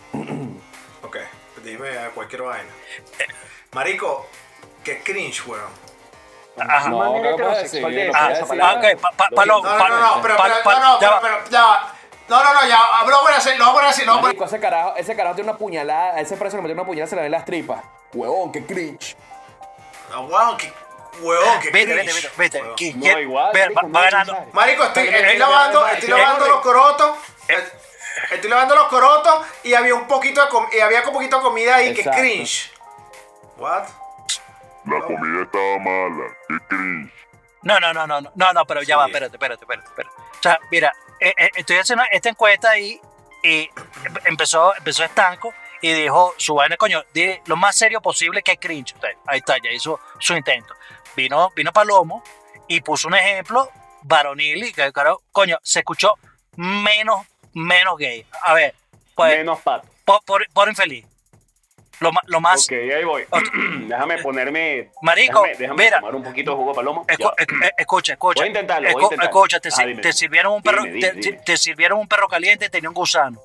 ok. Dime a cualquier vaina. Marico, qué cringe, weón. Ajá. No, manera ¿qué puedes heterosexual decir? de Lo Ah, puedes esa decir. ah, palabra. ok, pa, pa, Lo palo, siento. No, palo, no, no, pero, palo, pero, palo, no, no, ya pero, va. pero, ya va. No, no, no, ya, ah, lo voy a hacer, lo voy a hacer, lo voy a Marico, ese carajo, ese carajo tiene una puñalada, a ese preso le metió una puñalada, se le ven las tripas. Huevón, qué cringe. Ah, weón, qué, weón, qué Vete, cringe. vete, vete, vete. weón. ¿Quién- No, quién- igual, ver, marico, va- no va es ganando. necesario. Marico, estoy, Está bien, estoy está bien, lavando, está estoy bien. lavando los corotos. eh, Estoy lavando los corotos y había un poquito de com- y había un poquito de comida ahí, que Exacto. cringe. What? La comida estaba mala. Qué cringe. No, no, no, no, no, no, no, pero ya Sí. va, espérate, espérate, espérate, espérate. O sea, mira, eh, eh, estoy haciendo esta encuesta ahí y empezó, empezó Estanco y dijo su vaina, coño, di lo más serio posible que hay cringe. Usted, ahí está, ya hizo su intento. Vino, vino Palomo y puso un ejemplo varonil y que, claro, coño, se escuchó menos, menos gay. A ver, pues, Menos pato. por, por, por infeliz. Lo, ma- lo más... Ok, ahí voy. Déjame ponerme. Marico, déjame, déjame mira. tomar un poquito de jugo de palomo. Escu- Ya. esc- eh, escucha, escucha. Voy a intentarlo, voy a Escu- intentarlo. Escucha, te, Ajá, si- dime. te sirvieron un perro, Dime, te, dime, dime. te sirvieron un perro caliente y tenía un gusano.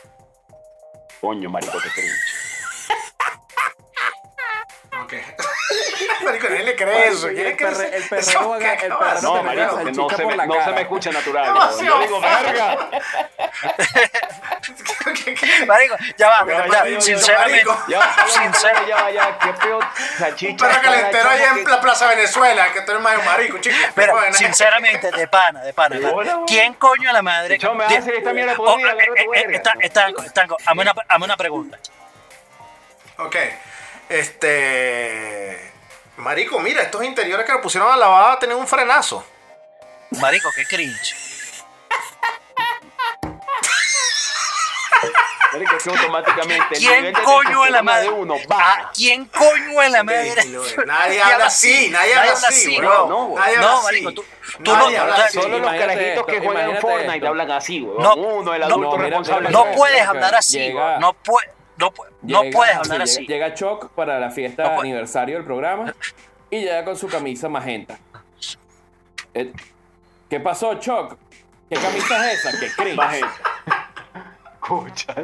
Coño, marico, qué cringe. Ok. Marico, nadie le cree eso. El ¿Quién cree eso? perre- el perreo Eso, haga- ¿qué el acabas de perreo No, hacer? marico, marico, que no salchicha se, por me, la no se cara. me escucha natural. Demasiado Yo digo, verga. ¿Qué- qué- Marico, ya va, Ya, ya, ya, sinceramente. marico. Ya, ya, Sincero. ya, ya, qué peor salchicha. Un perro calentero ahí en que- la Plaza Venezuela, que tú eres más marico, chico. Mira, Bueno, sinceramente, de pana, de pana. de pana. Hola, hola. ¿Quién coño a la madre? Chamo, me vas a hacer esta mierda por Oh, día, eh, agarra tu eh, verga. está- Estanco, Estanco, hazme una, hazme una pregunta. Ok, este... Marico, mira, estos interiores que lo pusieron a lavar tienen un frenazo. Marico, qué cringe. Marico, es que automáticamente el ¿Quién nivel de coño de la testosterona madre? de uno ¿A baja. quién coño de la madre? Nadie habla así, nadie habla así, bro. bro. No, Nadie habla No, así. marico, tú, tú Nadie no, habla o sea, así. Solo los Imagínate carajitos que esto, juegan imagínate Fortnite esto. hablan así, weón. No, Uno, el no, adulto no, mira, responsable. mira, no mira, puedes llega- hablar así, llega- bro. no, puede, no, pu- no Llega- puedes sí, hablar llega- así. Llega Choc para la fiesta No de puede- aniversario del programa y llega con su camisa magenta. Eh, ¿Qué pasó, Choc? ¿Qué camisa es esa? ¿Qué cringe? Magenta. Escucha.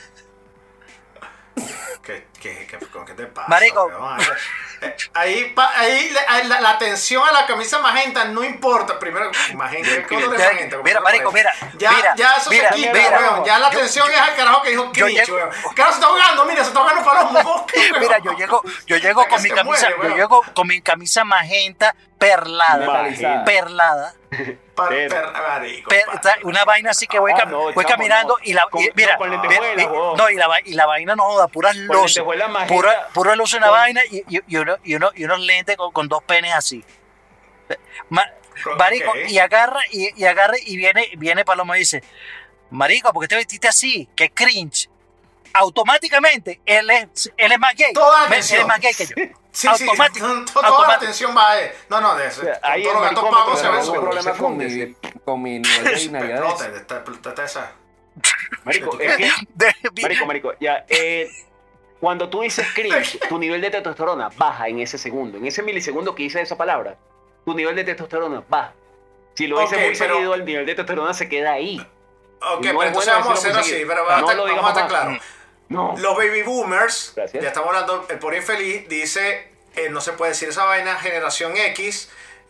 ¿Qué, qué, qué, ¿Qué te pasa? Marico. weón? Eh, Ahí, pa- ahí la, la, la atención a la camisa magenta no importa. Primero, magenta, ¿qué color es Ya, magenta? mira, marico, mira, Ya, mira, ya eso mira, se quita, mira, weón. Ya la atención es al carajo que dijo yo cringe, llego- weón. Claro, se está ahogando, mira, se está ahogando para los moscos. Mira, yo llego, yo llego Hasta con que mi se camisa, muere, yo weón. llego con mi camisa magenta perlada, Metalizada. perlada, Pa- Pero- per- marico, per- pa- tra- una vaina así que voy, Ah, cam- no, voy chamo, caminando no. y la, Con- y- mira, no, con ve- lentejuelas, ve- huevón. no y la, va- y la vaina no joda, puras Con luces, lentejuelas magenta, pura, pura luz una con- vaina y, y, y uno, y, uno, y unos lentes con, con dos penes así. Ma- Ok. marico, y agarra y, y agarra y viene, viene Paloma y dice, marico, ¿por qué te vestiste así? Qué cringe. Automáticamente él es, él es más gay. Toda la Me- Él atención. es más gay que yo. Sí, sí, Automático. to- toda la automático. atención va a él. No, no, de eso. sea, Con ahí todos el los gatos maricómetro pagos se se ven Tengo un sube, solos. problema se con funde, mi, se- con mi nivel de originalidad. Exploten, está- está- está esa. Marico, es que, De- marico, marico, ya, eh, cuando tú dices cringe, tu nivel de testosterona baja en ese segundo, en ese milisegundo que dice esa palabra, tu nivel de testosterona baja. Si lo dices Ok, muy pero- seguido, el nivel de testosterona se queda ahí. Ok, No pero es entonces bueno vamos a decirlo hacerlo muy así, seguido. pero No vamos, a, lo vamos digamos a estar más. claros. No. Los baby boomers, Gracias. ya estamos hablando, el por infeliz dice, eh, no se puede decir esa vaina, generación X,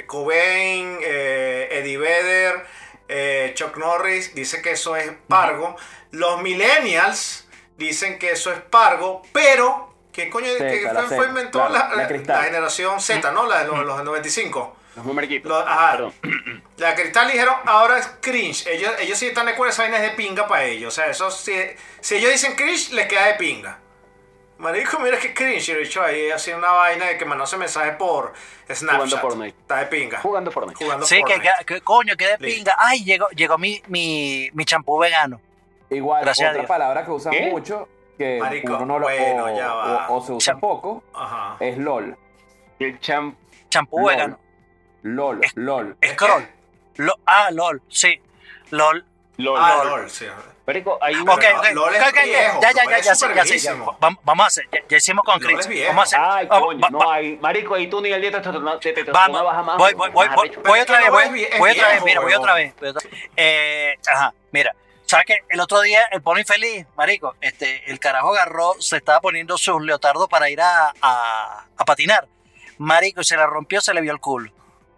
Cobain, eh, Eddie Vedder, eh, Chuck Norris, dice que eso es pargo. Los millennials dicen que eso es pargo, pero, ¿quién coño Zeta, que la fue, Z, fue inventó claro, la, la la- cristal. la generación Z, ¿no? La de los, los del noventa y cinco. Los Boomer Keepers. Los- ajá. Perdón. La cristal dijeron, ahora es cringe. Ellos, ellos sí están de acuerdo, esa vaina es de pinga para ellos. O sea, eso sí, si ellos dicen cringe, les queda de pinga. Marico, mira que cringe. Yo he dicho ahí, haciendo una vaina de que mandó ese mensaje por Snapchat. Jugando Fortnite. Está de pinga. Jugando Fortnite. Jugando Sí, que, Fortnite. que- que coño, que de Listo. pinga. Ay, llegó, llegó mi, mi, mi champú vegano. Igual, Gracias a otra Dios. palabra que usan ¿Qué? mucho, que Marico, uno no lo, bueno, o, ya va. o- o se usa Cham- poco, Ajá. es LOL. El champ. Champú LOL. vegano. LOL, Es- LOL. Scroll. Lo, ah, LOL, sí. LOL. LOL. Ah, LOL. LOL, sí. Marico, hay un. Ok, Pero ok. LOL es ok, ok, viejo, ya, ya, LOL ya, es ya, sé, súper ya, sé, ya. viejísimo. Vamos, vamos a hacer, ya, ya hicimos con LOL es Chris. viejo. Vamos a hacer. Ay, vamos, coño, va- no va- hay. Marico, ahí tu nivel de testosterona de testosterona Vamos, baja más. voy, weón, voy, voy, más voy, arrecho. voy Pero otra es que vez, no voy, es vie- es voy otra vez, viejo, mira, voy otra huevón. vez. voy otra vez. Eh, ajá, mira, ¿sabes qué? El otro día, el pony infeliz, marico, este, el carajo agarró, se estaba poniendo sus leotardos para ir a, a, a patinar. Marico, y se la rompió, se le vio el culo.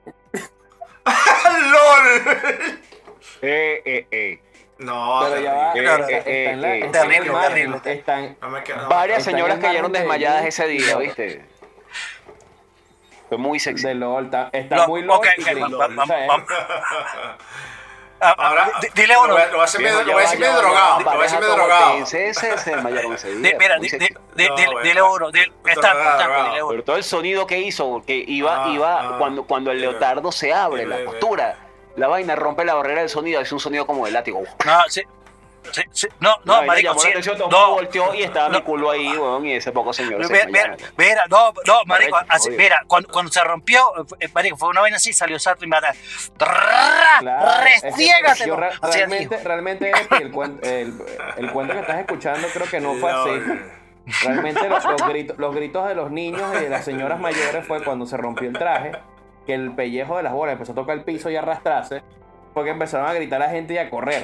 LOL. Eh, eh, eh. No, Pero ya va, terrible. está, eh, está eh, en la, eh, está en el terrible, margen, terrible. está en- No me quedo- no me Varias Está señoras en el cayeron margen de desmayadas mí. ese día, ¿viste? Fue muy sexy. de LOL, está, está Lo- muy LOL. ok, y ok, cringe. va- va- O sea, va- Ah, ah, Ahora, di- dile lo uno. voy a- lo voy a hacer Digo, medio- lo ya voy a va, decir ya medio va, drogado. ya Lo va, voy a decir pareja medio drogado. tomotense, Se se desmayaron ese Di- día. Mira, muy di- sexy. di- di- No, di- bueno, dile no. uno. dile- Esto Estanco, no es estanco, drogado. dile uno. Pero todo el sonido que hizo, porque iba, Ah, iba ah. cuando, cuando el Mira. leotardo se abre, Mira, la mira. postura, la vaina rompe la barrera del sonido, es un sonido como de látigo. No, sí. sí, sí, No, La no, vaina marico, llamó sí. la atención, todo el mundo No, volteó y estaba no. mi culo ahí, weón, y ese poco señor se Mira, mira, desmayaron. mira, no, no, marico, Arrecho, así, obvio. mira, cuando, cuando se rompió, eh, marico, fue una vaina así, salió Sartre y mata. Claro, es que ¡Restiégatelo! yo re- Así, realmente, realmente Epi, el, cuen- el, el cuento que estás escuchando creo que no fue así. LOL. Realmente los, los gritos, los gritos de los niños y de las señoras mayores fue cuando se rompió el traje, que el pellejo de las bolas empezó a tocar el piso y a arrastrarse, porque empezaron a gritar a la gente y a correr.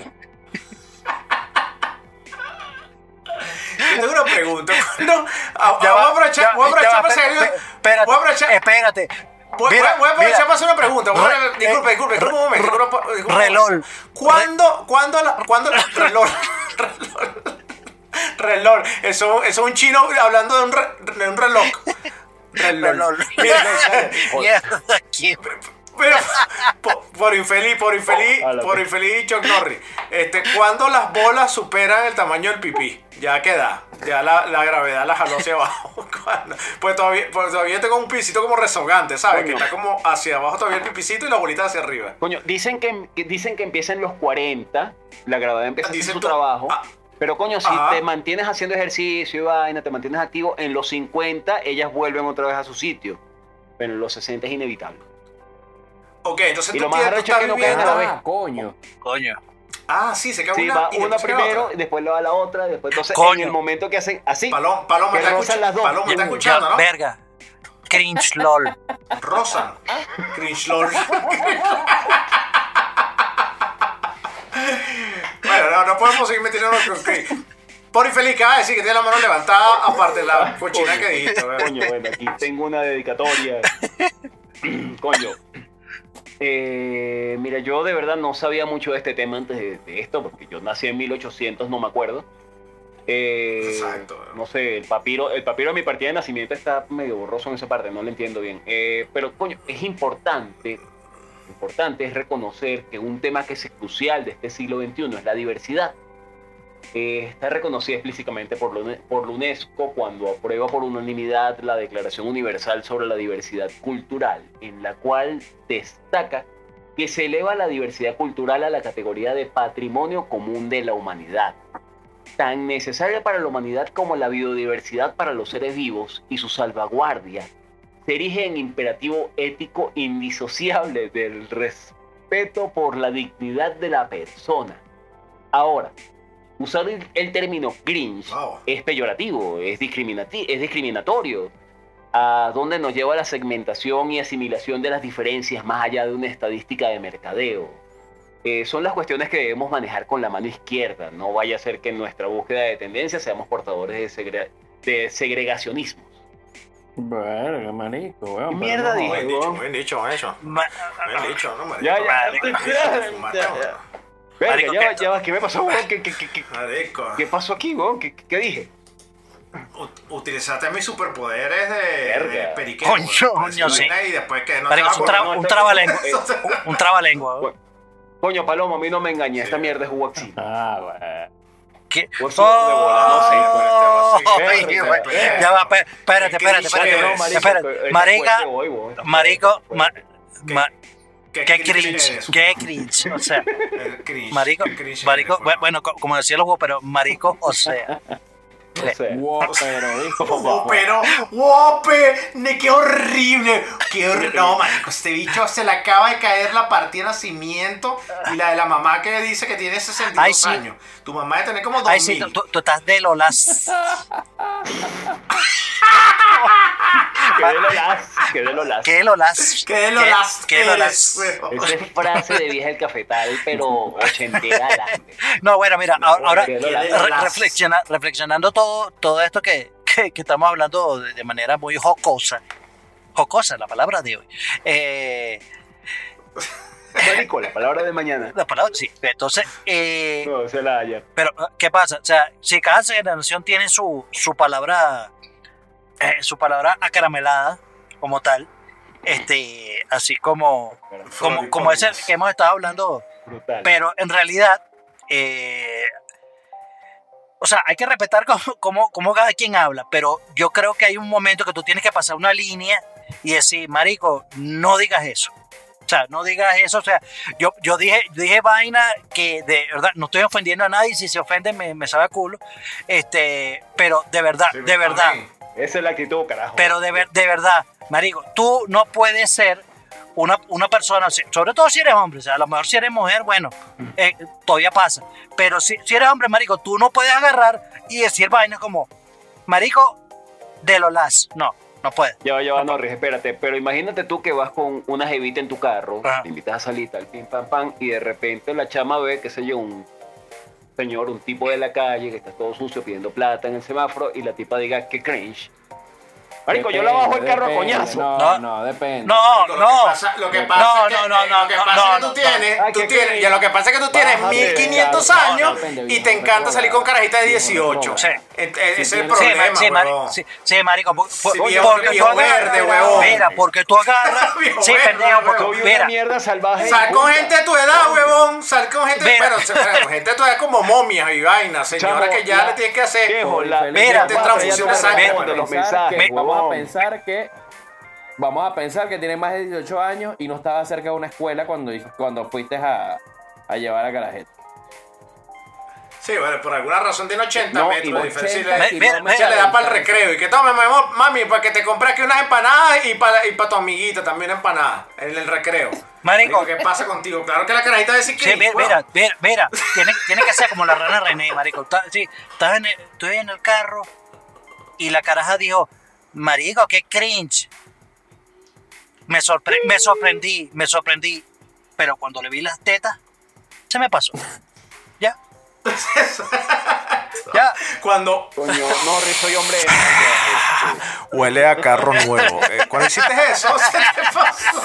Yo tengo una pregunta. No, a- Ya a- va, voy a aprovechar, ya- voy a aprovechar ya va, para pe- seguir, pe- espérate, voy a aprovechar- espérate. Voy, Mira, voy- voy a aprovechar mira. para hacer una pregunta. Voy a- Re- disculpe, disculpe, disculpe un momento. disculpe, disculpe un Reloj. momento. ¿Cuándo, cuándo la, cuándo la, reloj, reloj, reloj, eso, eso es un chino hablando de un, re- de un reloj. Reloj. Reloj. Mira, Mierda, ¿quién? pero, por, por infeliz, por infeliz, Hola, por pues. infeliz Chuck Norris. Este, ¿cuándo las bolas superan el tamaño del pipí? Ya queda. Ya la, la gravedad la jaló hacia abajo. ¿Cuándo? Pues todavía, pues todavía tengo un pisito como rezongante, ¿sabes? Coño. Que está como hacia abajo todavía el pipicito y la bolita hacia arriba. Coño, dicen que, que- dicen que empieza en los cuarenta, la gravedad empieza a hacer Dicen su tú- trabajo. ah. Pero coño, si Ajá. te mantienes haciendo ejercicio y vaina, te mantienes activo, en los cincuenta ellas vuelven otra vez a su sitio. Pero en los sesenta es inevitable. Ok, entonces Y tú lo más tienes- tú arrecho es que estás no caen a la vez. Ah, coño. Coño. Ah, sí, se cae Sí, una va y una después se cae primero, otra. y después le va la otra, y después entonces Coño. en el momento que hacen así, Paloma, Paloma, que está rozan escuchando, las dos. Paloma está Ya, escuchando, ¿no? Verga. Cringe lol. Rosan. Cringe lord. Bueno, no, no podemos seguir metiéndonos con cringe. Por infeliz, acaba de decir que tiene la mano levantada, aparte de la cochina que dijiste. ¿verdad? coño, bueno, aquí tengo una dedicatoria. Coño. Eh, mira, yo de verdad no sabía mucho de este tema antes de, de esto, porque yo nací en mil ochocientos, no me acuerdo. Eh, Exacto. No sé, el papiro, el papiro de mi partida de nacimiento está medio borroso en esa parte, no lo entiendo bien. Eh, pero, coño, es importante, importante es reconocer que un tema que es crucial de este siglo veintiuno es la diversidad. Eh, está reconocida explícitamente por, la, por la UNESCO cuando aprueba por unanimidad la Declaración Universal sobre la Diversidad Cultural, en la cual destaca que se eleva la diversidad cultural a la categoría de patrimonio común de la humanidad, tan necesaria para la humanidad como la biodiversidad para los seres vivos, y su salvaguardia se erige en imperativo ético indisociable del respeto por la dignidad de la persona. Ahora, usar el, el término cringe Wow. es peyorativo, es, discriminati- es discriminatorio, a donde nos lleva la segmentación y asimilación de las diferencias más allá de una estadística de mercadeo. Eh, son las cuestiones que debemos manejar con la mano izquierda. No vaya a ser que en nuestra búsqueda de tendencias seamos portadores de, segre- de segregacionismos. Verga, marico, weón. ¿Qué pero mierda no, dije? Bien dicho, bien dicho, bien dicho. Ma- Bien dicho, ¿no, marico? Ya, ya. Bien dicho, Ya, ya. Verga, Marico, ya, ¿qué? va, ya va, ¿qué me pasó, weón? ¿Qué, qué, qué, qué, Marico. qué pasó aquí, weón? ¿Qué, qué, qué dije? U- Utilizaste mis superpoderes de, Verga. de periquero. Coño, güey. coño, sí. Y después que no Marico, te es un, vas a tra- acordar. un trabalengua. Eh, Un, un trabalengua. Bueno, Coño, Paloma, a mí no me engañé. Esta Sí. mierda es Huaxi. Ah, weón. ¿Qué? Por su- de bola, no sé, Oh, pero este ay, va güey. así. Ya va, pe- espérate, espérate, Coño, espérate. no, marico, Espérate. Marica, marico, ma- ma- ¿Qué, qué cringe cringe, eres? qué cringe. O sea, El cringe, marico, el cringe marico, eres, bueno, co- como decía los juegos, pero marico, o sea. No sé. Wow, pero dijo. Oh, pero, ¡wope! Ne, ¡Qué horrible! ¡Qué horrible! No, marico, este bicho se le acaba de caer la partida de nacimiento y la de la mamá que dice que tiene sesenta y dos Ay, sí. años. Tu mamá debe tener como dos Ay, sí, tú, tú- tú estás de lolas. Que de lolas. Que de lolas. ¿Qué lolas? ¡Qué de lo las ¿Qué eres, lolas? weón! Esa es frase de vieja el cafetal, pero ochentera adelante. No, bueno, mira, ahora, ahora ¿Qué de re- lolas? reflexiona- reflexionando todo, todo esto que, que, que estamos hablando de, de manera muy jocosa. Jocosa, la palabra de hoy. Eh, Marico, la palabra de mañana. la palabra, sí. Entonces, eh, No, se la haya. pero, ¿qué pasa? O sea, si cada generación tiene su, su palabra, eh, su palabra acaramelada como tal, este, así como, como, como ese que hemos estado hablando, Brutal. pero en realidad, eh, o sea, hay que respetar cómo, cómo, cómo cada quien habla, pero yo creo que hay un momento que tú tienes que pasar una línea y decir, marico, no digas eso. O sea, no digas eso. O sea, yo, yo dije, dije vaina que de verdad no estoy ofendiendo a nadie. Si se ofenden, me, me sabe a culo. Este, pero de verdad, Sí, de verdad, amén. Esa es la actitud, carajo. pero de, ver- de verdad, marico, tú no puedes ser una, una persona, si- sobre todo si eres hombre. O sea, a lo mejor si eres mujer, bueno, eh, todavía pasa. Pero si, si eres hombre, marico, tú no puedes agarrar y decir vainas como, marico, de lolas. No, no puedes. Ya va, ya va, Norris, espérate. Pero imagínate tú que vas con una jevita en tu carro, Ajá. te invitas a salir, tal, pim, pam, pam, y de repente la chama ve, qué sé yo, un señor, un tipo de la calle que está todo sucio pidiendo plata en el semáforo y la tipa diga que cringe. Marico, yo la bajo el carro a Depende, coñazo. No, No. no, depende. No, Lo que no. pasa, lo que No, pasa no, es que, no, eh, no, lo que no, pasa no, es que tú no, tienes, no. tú Ay, tienes, que- ya lo que pasa es que tú tienes Bájate, mil quinientos años depende, y viejo, te encanta retrógrado. salir con carajitas de Viejo, dieciocho. Sí. Ent- Ese es el tienes- Sí, problema, ma- sí, mari- huevón. sí, sí, marico, por- por- Sí, porque viejo- tú viejo agarras, verde, huevón. mira, porque tú agarras, Viejo sí, verde, pendejo, huevón. porque, Soy una mira, mierda salvaje. Sal con puta. gente de tu edad, huevón. Sal con gente, Mira. bueno, se- bueno, gente de tu edad como momias y vainas, señora, Chamo, que ya la- le tienes que hacer. Viejo, la- Mira, te la- transfusión ya de te sangre, respondo huevón. los mensajes, Me- Vamos a huevón. pensar que vamos a pensar que tiene más de dieciocho años y no estaba cerca de una escuela cuando, cuando fuiste a, a llevar a Carajeta. Sí, bueno, por alguna razón tiene ochenta No, metros y de diferencia. y ochenta le- Me- mira, kilómetros Se le da de para el distancia. recreo. Y que tome, mami, mami, para que te compres aquí unas empanadas y para, y para tu amiguita también una empanada en el recreo. Marico. ¿Qué pasa contigo? Claro que la carajita va a decir que. sí, mira, mira, mira, mira, tiene, tiene que ser como la rana René, marico. Está- sí, estás en el, estoy en el carro y la caraja dijo, marico, qué cringe. Me, sorpre- me sorprendí, me sorprendí, pero cuando le vi las tetas, se me pasó. Ya. Ya. Cuando Coño, no, soy hombre. huele a carro nuevo. Eh, Cuando hiciste eso, se te pasó.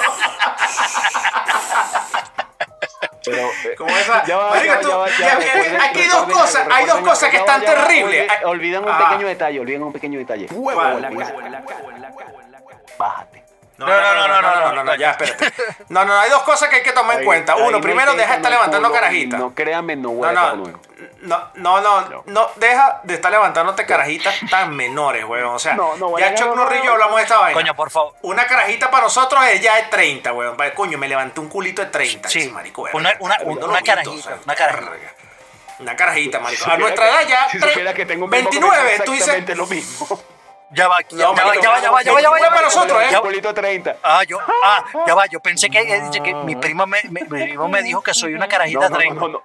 Pero, eh, Como esa. ya va, Marico, ya, tú- ya va, ya, ya, recuerden- aquí hay dos recuerden cosas, algo, hay dos recuerden cosas que algo, ya están va, ya va, terribles. olviden- Olvidan un Ah. pequeño detalle, olvidan un pequeño detalle. Huevo, ¿Cuál? la ¿Cuál? cara. Bájate. No, no, no, no, no, no, no, no, ya, espérate. No, no, hay dos cosas que hay que tomar en Ahí- cuenta. ahí Uno, me primero, deja de estar intentan el levantando culo y carajitas. No, créanme, no voy No, a estar no, nuevo. no, no, no, no, deja de estar levantándote carajitas tan menores, weón. O sea, No, no, ya bueno, Chuck no, no, Norris y yo no. hablamos de esta vaina. Coño, por favor. Una carajita para nosotros es ya de treinta, weón. Vaya, coño, me levanté un culito de treinta. Sí, ese marico, verga. una- una- Uno una lo quito, carajita, o sea, una carajita. verga. Una carajita, marico. A Supiera nuestra que- edad ya, si tre- supiera que tengo un primo que me veintinueve, dice tú dices. exactamente lo mismo. Ya va, ya, No, ya va, marico, ya va, ya va, ya va, ya va, ya va. para nosotros, ¿eh? Ya Un va. culito treinta. Ah, yo, ah, ya va, yo pensé que, eh, dice que mi primo me, me- mi primo me dijo que soy una carajita No, no, treinta. no, no.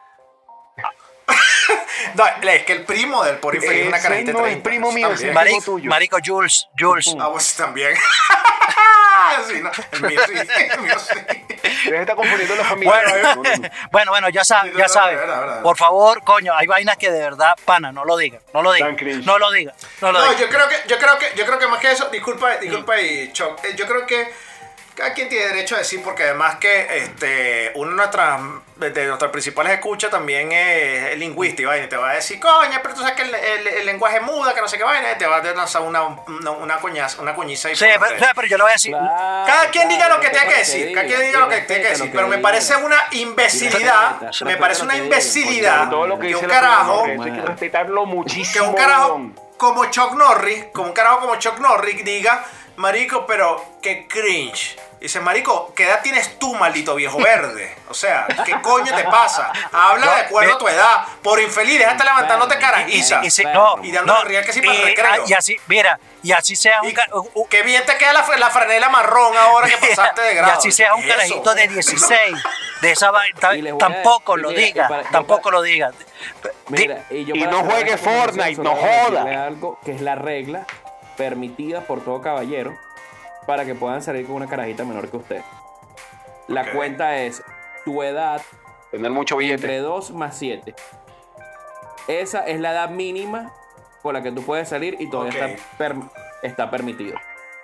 No, es que el primo del por infeliz es una Ese carajita de no es treinta. primo eso mío, también. ese Marico, tuyo. marico Jules, Jules. Ah, pues también. Sí, no, el mío sí, el mío sí. Ustedes están confundiendo la familia. Bueno, No, no, no. bueno, bueno, ya sabes, Sí, ya no, sabes. verdad, verdad. Por favor, coño, hay vainas que de verdad, pana, no lo digan, no lo Tan digan, cringe. no lo digan, no lo No, digan. yo creo que, yo creo que, yo creo que más que eso, disculpa, disculpa y Choc, eh, yo creo que cada quien tiene derecho a decir, porque además que este, una de nuestras, de nuestras principales escuchas también es lingüística, vaina, y te va a decir, coño, pero tú sabes que el, el- el lenguaje muda, que no sé qué vaina, y te va a lanzar una, una, una coñaza, una coñiza ahí Sí, por pero, los tres. pero yo le voy a decir, Claro, Cada quien diga claro, lo que tenga que respeta decir, lo cada quien diga, diga lo que respeta tenga que lo decir, pero me diga. parece una imbecilidad, Respeta, me parece respeta una lo que diga, imbecilidad coño. Todo lo que que dice un la familia carajo, Norris, hay que respetarlo que muchísimo. un carajo weón. como Chuck Norris, como un carajo como Chuck Norris diga, marico, pero qué cringe. Dice, marico, ¿qué edad tienes tú, maldito viejo verde? O sea, ¿qué coño te pasa? Habla de acuerdo a tu edad. Por infeliz, deja de estar levantándote y, carajita. y, si- no, Y dándole no, real que sí para el y, recreo. ah, y así, mira, y así sea un, Y ca- u- u- qué bien te queda la, la franela marrón ahora que pasaste de grado. y así sea un ¿Qué es carajito eso? de dieciséis, de esa vaina, ta- Y les voy a- tampoco y lo mira, y diga, para- y tampoco para- lo diga. Mira, y, yo y para no cerrar juegue esta conversación Fortnite, solo no voy a decirle joda. algo que es la regla permitida por todo caballero para que puedan salir con una carajita menor que usted. La Ok. cuenta es tu edad Tener mucho billete. entre dos más siete. Esa es la edad mínima con la que tú puedes salir y todavía Ok. está, per- está permitido.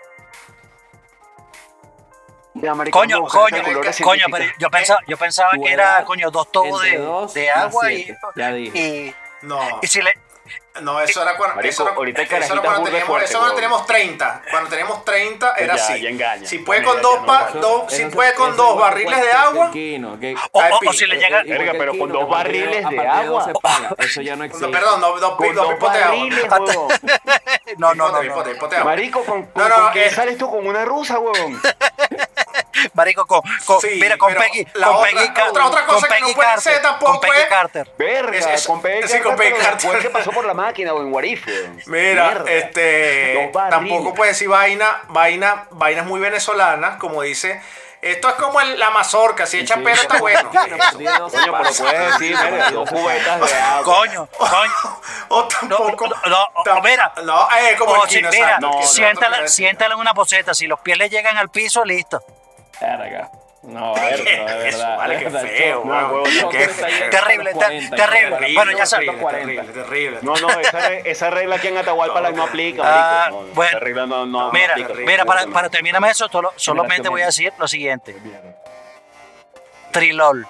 Ya, marico, Coño, vamos a buscar coño, calculadora coño, científica. pero yo pensaba, yo pensaba Tu que era, edad coño, dos tubos entre de, dos de más agua y, siete, ya dije. y, No. y si le, No, eso era cuando, Marico, eso era, ahorita hay eso era carajitas cuando burda teníamos, fuerte, eso cuando weón. teníamos treinta. Cuando teníamos treinta era Ya, así. ya engaña. Si puede Bueno, con ya, dos, ya no pa- pasa. dos- si Eso- puede con eso dos es barriles de igual que agua. el Kino, que- o, o- Al o pin. si le llega, igual Verga, que pero el con Kino, dos que a partir barriles a de partir dos agua. se paga. Eso ya no No, existe. perdón, dos, dos, pi- Con dos dos pipos de agua. barriles, huevón. no, no, no, Pipote, no, pipote, pipote de agua. Marico, ¿con, con, No, no, con qué eh. sales tú con una rusa, huevón? marico, con, con- Sí, mira, con pero Peggy, la con otra- Peggy, Car- otra- otra cosa con que no Peggy puede Carter, ser tampoco con Peggy es- Carter. Verga, Es- es- con Peggy sí, con Carter, Peggy pero Carter. después que pasó por la máquina o en Warif, weón. Mira, Mierda. este, Dos barriles. tampoco puede decir vaina, vaina, vainas muy venezolanas, como dice. Esto es como el- la mazorca, si echa Sí, pelo está bueno. a partir de dos se Coño, pero paga. puedes decir, verga, dos cubetas de agua. Coño, coño. O tampoco. No, no, no, tam- mira. No, eh, como O el si- Kino, mira, exacto, que no siéntala, te- siéntala en una poseta. Si los pies le llegan al piso, listo. Verga. No, vale, no, de Eso, verdad. vale, de qué verdad, feo, Choc. weón, Choc qué está ahí en terrible, los cuarenta, terrible. Choc. Bueno, ya sabes. terrible, terrible, terrible. No, no, esa, re- esa regla aquí en Atahualpa no aplica, Ah, marico. No, bueno. esa regla no, no, no Mira, aplica. mira, para, para terminar eso, solo- solamente voy a decir lo siguiente. Trilol.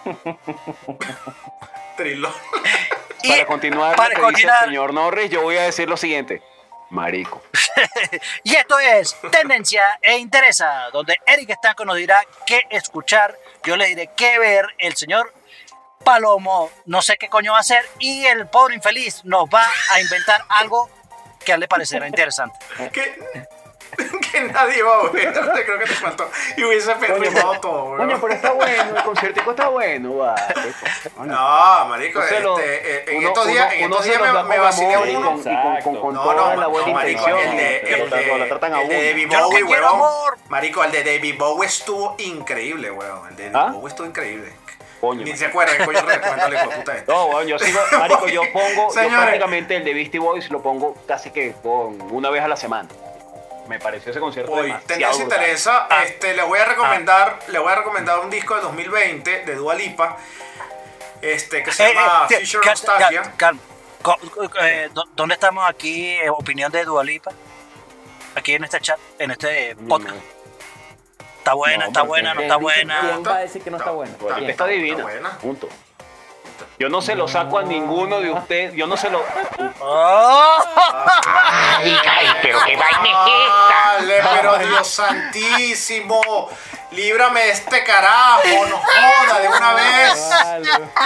Trilón. Y Para continuar para lo que continuar- dice el señor Norris, yo voy a decir lo siguiente. Marico. Y esto es Tendencia e Interesa, donde Eric Estanco nos dirá qué escuchar, yo le diré qué ver, el señor Palomo no sé qué coño va a hacer y el pobre infeliz nos va a inventar algo que a él le parecerá interesante. que, que nadie va a ver. Creo que te faltó. Y hubiese firmado todo, weón. Coño, pero está bueno, el conciertico está bueno, va. No, marico, Entonces lo- este, eh, en uno- estos días, uno- en uno estos se días los da me, me con vacilé amor y uno. con, y con, con, con No, toda no, la buena no, marico, intención. el de, que lo el tra- lo de, tratan a el de uno. David Yo lo que Bowie, quiero, weón. amor. Marico, el de David Bowie estuvo increíble, weón. El de David ¿Ah? Bowie estuvo increíble. Coño, Ni man. se acuerdan que coño recomendarle hijo de puta esto. No, bueno, yo sigo, marico, yo pongo, yo Señores. prácticamente el de Beastie Boys lo pongo casi que con una vez a la semana. Me pareció ese concierto Hoy, demasiado Tendencia brutal. interesa, este, les voy a recomendar, les voy a recomendar un disco de dos mil veinte de Dua Lipa, este, que se Eh, llama eh, Future cal- Nostalgia. cal- cal- co- eh, ¿dó- ¿Dónde estamos aquí? Eh, opinión de Dua Lipa. Aquí en este chat, en este podcast. Está buena, No, está porque buena, no ¿Quién está dice- buena. ¿Quién va a decir que no está buena? Dua Lipa ¿Quién? está divina, buena. punto. Yo no se lo saco a ninguno de ustedes, yo no se lo... ¡Oh! Ay, ay, pero qué vaina es Dale, pero Dios santísimo, líbrame de este carajo, no joda de una vez. Vale.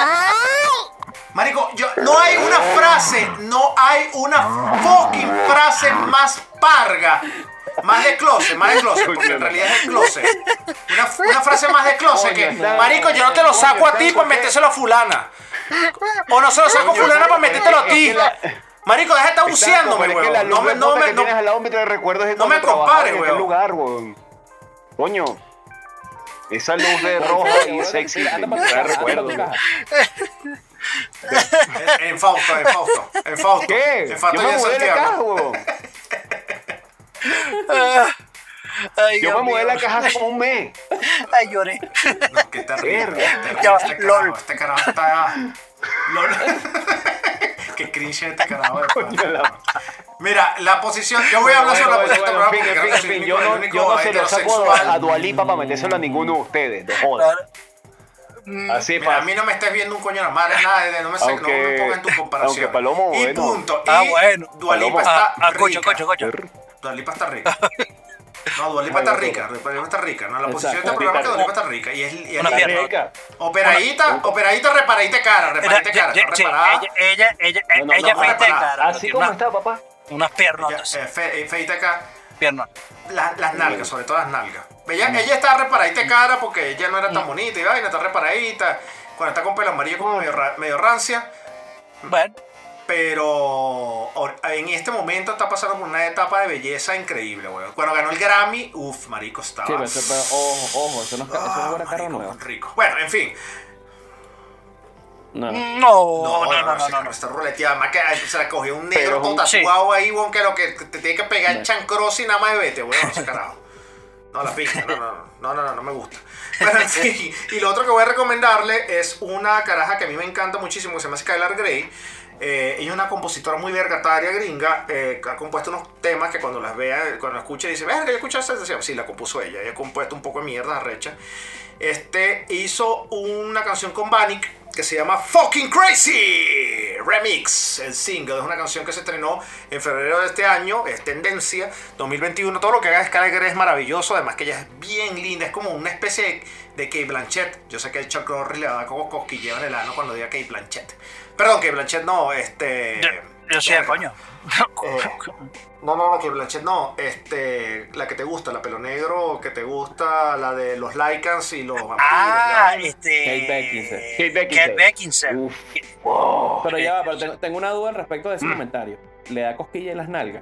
Marico, yo, no hay una frase, no hay una fucking frase más parga, más de closet, más de closet, porque en realidad es de closet. Una, una frase más de closet que, marico, yo no te lo saco a ti para metérselo a fulana. O no se lo saco a fulana para metértelo a ti. Marico, deja de estar buceándome, Pero es que la weón. luz No me, de no puta me, que no, tienes al lado mientras recuerdas es no me cuando trabajaba compares, en aquel weón. lugar, weón. Coño. Esa luz de roja y sexy, Anda me para tu trae casa, anda recuerdos. para tu casa. En, en Fausto, en Fausto, en Fausto. ¿Qué? En Fausto Yo y me en mudé de la Santiago. caja, weón. Ay, Yo Dios me mudé de la mío. caja hace como un mes. Ay, lloré. No, qué terrible. Verga. terrible, Ya va, este carajo, lol. este carajo está. Lol. Qué cringe este carajo de pana. Mira, la posición. Yo voy a hablar sobre la Bueno, posición bueno, del en fin, programa en porque fin, creo en que soy fin, el yo único no, yo no se lo saco heterosexual. a Dua Lipa para metérselo a ninguno de ustedes, de joda. Así Mira, pasa. a mí no me estés viendo un coño en la madre, nada, de- no me, sé, no Aunque- me pongas en tu comparación. aunque Palomo, y bueno. punto. Ah, y bueno. Dua Lipa Palomo. está Ah, ah, cocho, rica. cocho, cocho. Dua Lipa está rica. No, Dua Lipa está rica. Dua Lipa está rica. No, la posición de este Exacto. programa es que Dua Lipa está rica. Y es, y es Una linda. pierna. Rica. Operadita, operadita, reparadita cara, reparadita Ella, cara. ella, Está sí, reparada. ella, ella, ella, No, no, ella no, feita de para- cara. Así tiene como una- está, papá. Unas Ella, piernotas. eh, fe- eh, feita acá. Piernas. La- las nalgas, sobre todo las nalgas. Ella, ella está reparadita de cara porque ella no era tan bonita y vaina, está reparadita. Cuando está con pelo amarillo como medio, ra- medio rancia. Bueno, Pero or- en este momento está pasando por una etapa de belleza increíble, weón. Cuando ganó el Grammy, uff, marico, estaba. Sí, pero, eso- pero ojo, ojo, eso no es, ca- eso no es Ah, buena carro marico, nueva. rico. Bueno, en fin. No. no, No, no, no, no, ese no, carro está ruleteado. Más que ay, se la cogió un negro Pero todo un- sí. tatuado ahí, weón, que lo que te tiene que pegar el No. chancross y nada más de vete, weón, ese carajo. No, la pinga, no, no, no, no, no, no me gusta. Pero en fin, y lo otro que voy a recomendarle es una caraja que a mí me encanta muchísimo, que se llama Skylar Grey. Eh, ella es una compositora muy vergataria gringa, eh, que ha compuesto unos temas que cuando las vea, cuando las escuche, dice, verga, ¿ya escuchaste esta canción? Sí, la compuso ella, ella ha compuesto un poco de mierda recha. Este hizo una canción con Vanik que se llama Fucking Crazy Remix, el single. Es una canción que se estrenó en febrero de este año, es tendencia dos mil veintiuno. Todo lo que haga Skylar Grey es maravilloso, además que ella es bien linda, es como una especie de, de Kate Blanchett. Yo sé que el Chuck Norris le va a dar como cosquilleo en el ano cuando diga Kate Blanchett. Perdón, Kate Blanchett no, este... Yo, yo sí, verga. coño. Eh, no, no, no, Kate Blanchett no, este, la que te gusta, la pelo negro, que te gusta, la de los Lycans y los vampiros. Ah, ¿ya? este. Kate Beckinsale. Kate Beckinsale. Kate Beckinsale. Uf. Pero ya va, pero tengo, tengo una duda al respecto de ese comentario. ¿Le da cosquilla en las nalgas?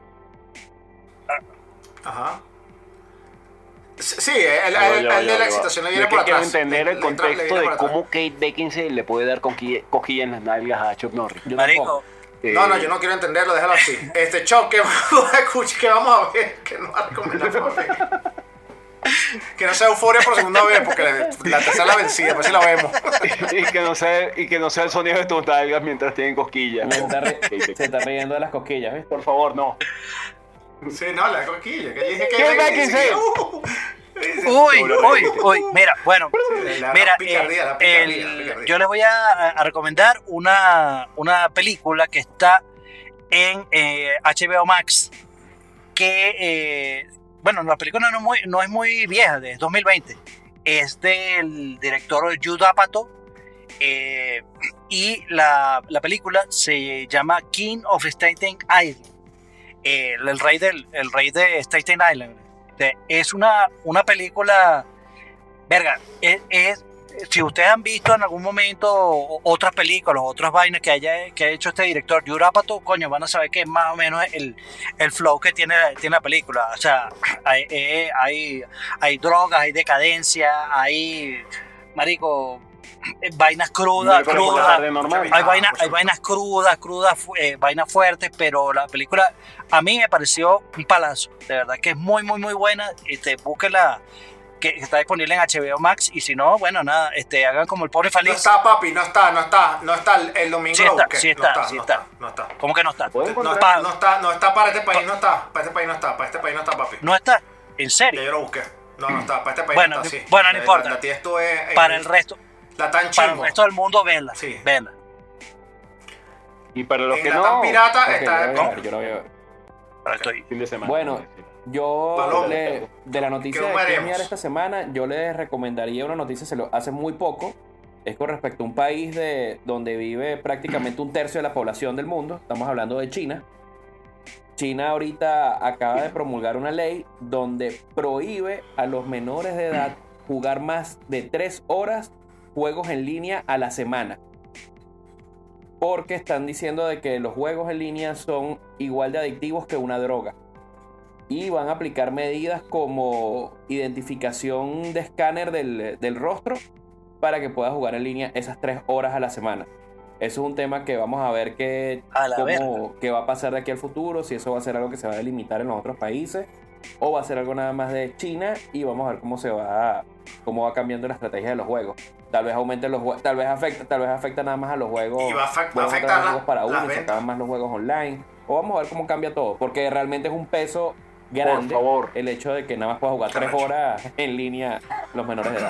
Ajá. Sí, el, el, Ya va, el ya va, de ya la va. excitación le Yo viene es que por quiero atrás. entender Le- el le entra- le contexto viene de por atrás. cómo Kate Beckinsale le puede dar cosquilla, cosquilla en las nalgas a Chuck Norris. Yo Marico, tampoco. No, no, yo no quiero entenderlo, déjalo así. Este Choc, que, escucha, que vamos a ver, que no va a recomendar por favor. que no sea euforia por segunda vez, porque la, la tercera la vencida, pues si la vemos. y, que no sea, y que no sea el sonido de tus nalgas mientras tienen cosquillas. Me está ri- se está riendo de las cosquillas, ¿ves? Por favor, no. Sí, no, la coquilla, que yo dije que... ¿Qué va a decir? Uy, uy, uy, mira, bueno, La- mira, la picardía, eh, la picardía, el- la picardía. yo les voy a, a recomendar una, una película que está en eh, H B O Max, que, eh, bueno, la película no es muy, no es muy vieja, de dos mil veinte, es del director Judd Apatow, eh, y la, la película se llama King of Staten Island, eh, el, rey del, el rey de Staten Island. Este, es una, una película, verga, es, es- si ustedes han visto en algún momento o- otras películas, otras vainas que haya que ha hecho este director, Judd Apatow, coño, van a saber que es más o menos el, el flow que tiene, tiene la película. O sea, hay, eh, hay, hay drogas, hay decadencia, hay, marico, eh, vainas crudas, Miércoles por la crudas. tarde normal. Hay vainas, hay vainas crudas, crudas, fu- eh, vainas fuertes, pero la película a mí me pareció un palazo. De verdad que es muy, muy, muy buena. Este, búsquela, que está disponible en H B O Max. Y si no, bueno, nada, este, hagan como el pobre No feliz. está, papi, no está, no está, no está el, el domingo. Sí lo está, busqué. sí está, no sí no está. No está. ¿Cómo que no está? ¿Puedo No encontrar? Pa- está, no está, no está para este país, no está. Para este país no está, para este país no está, papi. No está, en Ya serio. yo lo busqué. No, no está, para este país Bueno, no está, no- sí. bueno, no La- importa. La, la tía esto es... en- Para el resto, La tan para el chimbo. resto del mundo, venla. Sí. Venla. Y para los En que la no, tan pirata Ok, yo está... la voy a ver, yo la voy a ver. Ahora estoy. fin de semana. Bueno, yo Paloma. le- de la noticia ¿Qué de haremos? que enviar esta semana, yo les recomendaría una noticia, se lo hace muy poco, es con respecto a un país de, donde vive prácticamente un tercio de la población del mundo, estamos hablando de China. China ahorita acaba de promulgar una ley donde prohíbe a los menores de edad jugar más de tres horas juegos en línea a la semana. Porque están diciendo de que los juegos en línea son igual de adictivos que una droga. Y van a aplicar medidas como identificación de escáner del, del rostro para que puedas jugar en línea esas tres horas a la semana. Eso es un tema que vamos a ver qué, A la cómo, qué va a pasar de aquí al futuro, si eso va a ser algo que se va a delimitar en los otros países o va a ser algo nada más de China, y vamos a ver cómo se va, cómo va cambiando la estrategia de los juegos. Tal vez aumente los juegos, tal vez afecta, tal vez afecta nada más a los juegos. Y va a afect- va a juegos afectar la- juegos para las uno y se ventas. acaban más los juegos online. O vamos a ver cómo cambia todo, porque realmente es un peso grande Por favor. el hecho de que nada más puedas jugar tres Correcto. horas en línea los menores de edad.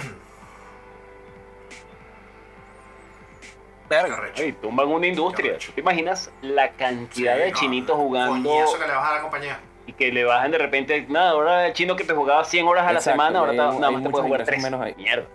Verga. Correcto. Ey, tumban una industria. ¿Tú te imaginas la cantidad Sí, de no. chinitos jugando Coñazo que le vas a la compañía. y que le bajan de repente, nada, ahora el chino que te jugaba cien horas a la Exacto, semana, ahora hay- ta- hay nada más te muchos puede jugar ingresos tres. menos ahí. Mierda.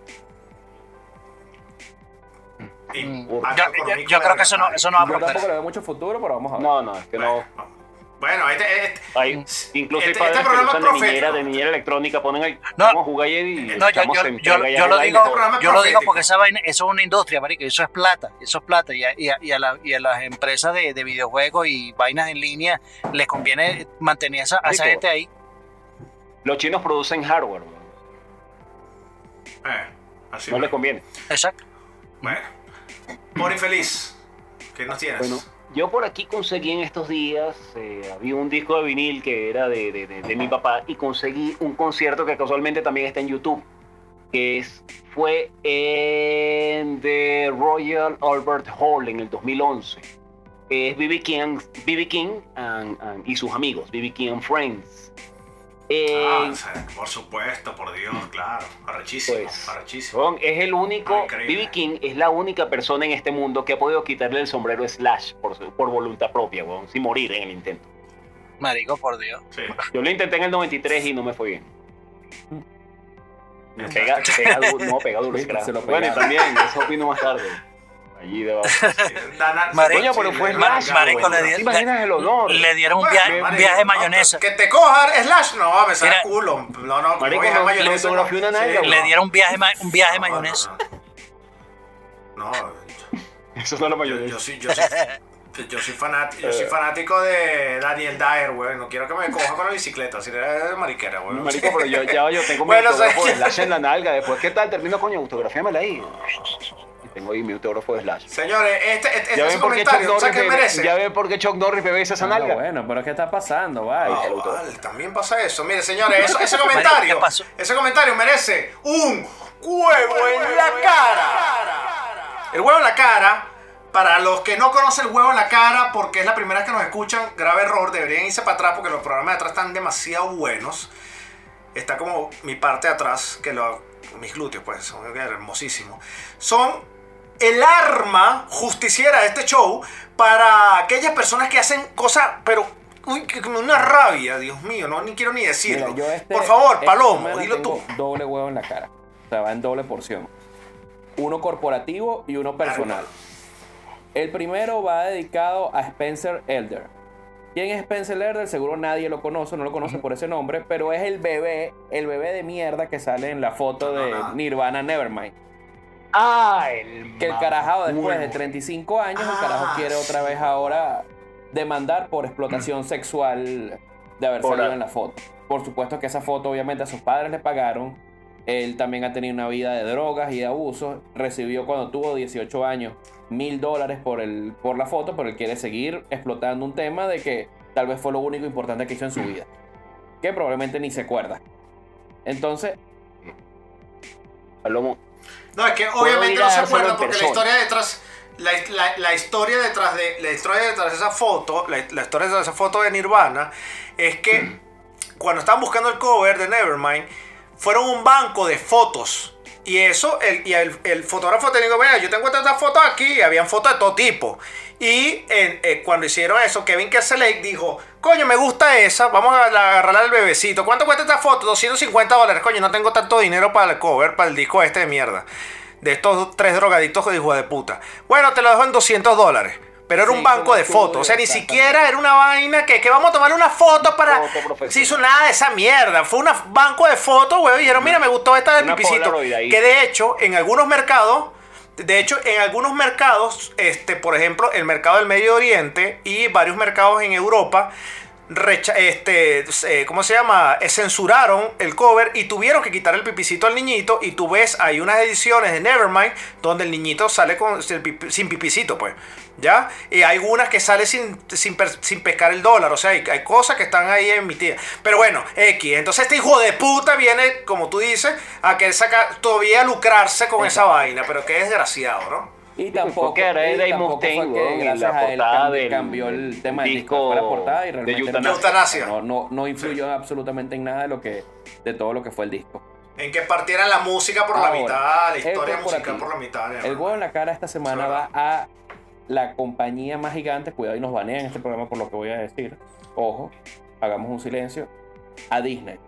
Y Mm, acto yo- yo- económico yo creo de que eso no- verdad. eso no va a Yo prosperar. tampoco le veo mucho futuro, pero vamos a ver. No, no, es que no. Bueno, bueno, este, este- Hay, incluso hay Este- padres este programa que es usan de niñera, profético. de niñera electrónica, ponen ahí, No. vamos a jugar y y No, yo, echamos yo, se yo, entrega y yo lo juega y digo, todo. programa yo lo digo profético. porque esa vaina, eso es una industria, marico, eso es plata, eso es plata, y a, y a- y a la- y a las empresas de, de videojuegos y vainas en línea les conviene mantener esa, a esa Rico. gente ahí. Los chinos producen hardware, weón. eh, así No mismo. les conviene. Exacto. Bueno. Por infeliz. ¿Qué nos tienes? Bueno, yo por aquí conseguí en estos días, eh, había un disco de vinil que era de, de- de- de mi papá, y conseguí un concierto que casualmente también está en YouTube, que es, fue en The Royal Albert Hall en el dos mil once. Es B B King, B B King and- and- y sus amigos, B B King and Friends. Eh, Ah, o sea, por supuesto, por Dios, claro. Arrechísimo, Pues, arrechísimo. Son- es el único, Ah, B increíble. B King es la única persona en este mundo que ha podido quitarle el sombrero a Slash por, su- por voluntad propia, weón, sin morir en el intento. Marico, por Dios. Sí. Yo lo intenté en el noventa y tres y no me fue bien. Me Exacto. pega, pega duro, no, pega duro. Viste, ese se lo carajo. Bueno, y pegaron. también, eso opino más tarde. Allí debajo. Dana- Marico, sí, pero fue le- Slash, marico, bueno. le di- ¿Te imaginas el honor? Le dieron un Bueno, viaje, un marico, viaje de no, mayonesa. Que te coja Slash, no, me sale Mira. culo. No, no, Marico, viaje de no, mayonesa. le autografió una nalga, Sí, Le no. dieron un viaje, ma- un viaje de No, no, mayonesa. No, no. Eso no es la Yo, mayoría. yo soy, yo soy, yo soy fanático, yo soy fanático de Daniel Dyer, güey. No quiero que me coja con la bicicleta, si eres mariquera, güey. Marico, pero yo, ya yo tengo mi Bueno, autógrafo ¿sabes de qué? Slash en la nalga. Después, ¿qué tal? Termino, coño, autografíamela ahí. Tengo ahí mi autógrafo de Slash. Señores, este, este, Ya este ven por qué Chuck comentario, ¿sabes Norris qué me- merece? ya ven por qué Chuck Norris me besa esa Ah, nalga. bueno, pero ¿qué está pasando? Vaya. Ah, vale, también pasa eso. Mire, señores, eso- ese Marico, comentario, ¿qué pasó? ese comentario merece un huevo en la cara. El huevo en la cara, para los que no conocen el huevo en la cara, porque es la primera vez que nos escuchan, grave error, deberían irse para atrás porque los programas de atrás están demasiado buenos. Está como mi parte de atrás, que lo, mis glúteos, pues, son hermosísimos. Son el arma justiciera de este show para aquellas personas que hacen cosas, pero uy, que me da una rabia, Dios mío, no ni quiero ni decirlo. Mira, yo este- Por favor, esta Palomo, semana dilo tengo tú. Doble huevo en la cara. O sea, va en doble porción. Uno corporativo y uno personal. El primero va dedicado a Spencer Elder. ¿Quién es Spencer Elder? Seguro nadie lo conoce, no lo conoce por ese nombre, pero es el bebé, el bebé de mierda que sale en la foto de no. Nirvana Nevermind. Ah, el Que el carajado después de treinta y cinco años, el carajo Ah, quiere otra vez ahora demandar por explotación sexual de haber Por salido la- en la foto. Por supuesto que esa foto obviamente a sus padres le pagaron. Él también ha tenido una vida de drogas y de abusos. Recibió cuando tuvo dieciocho años mil dólares por, el, por la foto, pero él quiere seguir explotando un tema de que tal vez fue lo único importante que hizo en su vida. Que probablemente ni se acuerda. Entonces, Palomo, No, es que Puedo obviamente ir a no se dárselo acuerda en porque la persona. historia detrás, la, la- la historia detrás de la historia detrás de esa foto, la, la historia detrás de esa foto de Nirvana es que cuando estaban buscando el cover de Nevermind, fueron un banco de fotos. Y eso, el, y el, el fotógrafo te dijo, mira, yo tengo estas fotos aquí, y habían fotos de todo tipo. Y en- eh, cuando hicieron eso, Kevin Kerslake dijo, coño, me gusta esa, vamos a agarrarla al bebecito. ¿Cuánto cuesta esta foto? doscientos cincuenta dólares, coño, no tengo tanto dinero para el cover, para el disco este de mierda. De estos tres drogadictos de hijo de puta. Bueno, te lo dejo en doscientos dólares. Pero era Sí, un banco como de estuvo, fotos. O sea, ni exactamente. siquiera era una vaina que, que vamos a tomar una foto para... Foto profesional. Se hizo nada de esa mierda. Fue un banco de fotos, güey. Y dijeron, mira, me gustó esta del Una pipicito. Polaroid ahí. Que de hecho, en algunos mercados... De hecho, en algunos mercados, este, por ejemplo, el mercado del Medio Oriente y varios mercados en Europa, recha- este, eh, ¿cómo se llama? Eh, censuraron el cover y tuvieron que quitar el pipicito al niñito. Y tú ves, hay unas ediciones de Nevermind donde el niñito sale con, sin, pipi- sin pipicito, pues. ¿Ya? Y hay unas que sale sin, sin, per- sin pescar el dólar. O sea, hay, hay cosas que están ahí emitidas. Pero bueno, X. Entonces este hijo de puta viene, como tú dices, a querer sacar, todavía a lucrarse con esa vaina. Pero qué desgraciado, ¿no? y tampoco, porque era y Dave tampoco Mustaine, fue que weón, en gracias la a él portada cambi- del cambió el tema del disco, disco fue la portada y de realmente Eutanasia. Eutanasia. no, no, no influyó absolutamente en nada de lo que de todo lo que fue el disco. En que partieran la música por la Ahora, mitad, la el historia musical corporativo. por la mitad. El huevo en la cara esta semana Eso es va a la compañía más gigante, cuidado y nos banean en este programa por lo que voy a decir, ojo, hagamos un silencio, a Disney.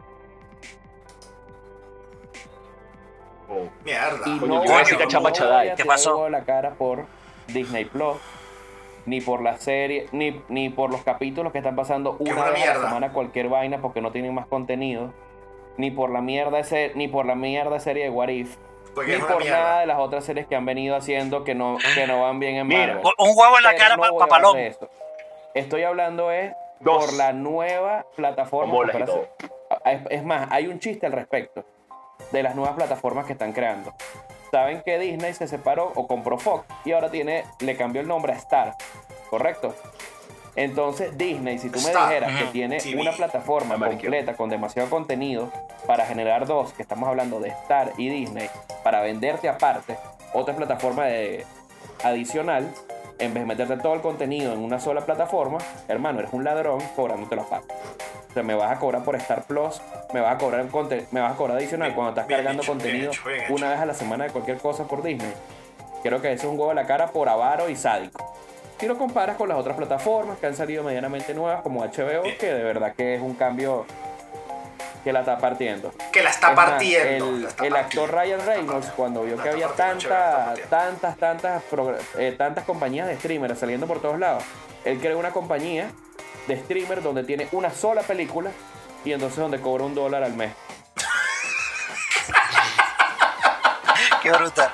Mierda. Y Coño, no, yo iba a decir no que Chapa voy Chaday. a ¿Qué tirar pasó? el huevo en la cara por Disney Plus, ni por la serie, ni, ni por los capítulos que están pasando Que es una una vez a la mierda. semana cualquier vaina porque no tienen más contenido, ni por la mierda de ser, ni por la mierda de serie de What If, Porque ni es una por mierda. nada de las otras series que han venido haciendo que no, que no van bien en Mira, Marvel. Un huevo en la Pero cara no para voy a hablar Palomo. de eso. Estoy hablando es Dos. por la nueva plataforma. Con bolas que y ahora se- Es, es más, hay un chiste al respecto de las nuevas plataformas que están creando. Saben que Disney se separó o compró Fox y ahora tiene, le cambió el nombre a Star, ¿correcto? Entonces Disney, si tú me Star, dijeras que ujú, tiene T V, una plataforma American. completa con demasiado contenido para generar dos, que estamos hablando de Star y Disney, para venderte aparte otra plataforma de, adicional, en vez de meterte todo el contenido en una sola plataforma, hermano, eres un ladrón cobrándote los pagos. O sea, me vas a cobrar por Star Plus, me vas a cobrar un conte- me vas a cobrar adicional Bien, cuando estás bien cargando hecho, contenido bien hecho, bien hecho. una vez a la semana de cualquier cosa por Disney. Creo que eso es un huevo de la cara por avaro y sádico. Si lo comparas con las otras plataformas que han salido medianamente nuevas como H B O, Bien. que de verdad que es un cambio que la está partiendo. Que la está Es más, partiendo. el, la está el actor partiendo. Ryan Reynolds, cuando vio La que está había partiendo, chévere, la está tanta, partiendo. tantas, tantas, progr- eh, tantas compañías de streamers saliendo por todos lados, él creó una compañía de streamer donde tiene una sola película y entonces donde cobra un dólar al mes. Qué brutal.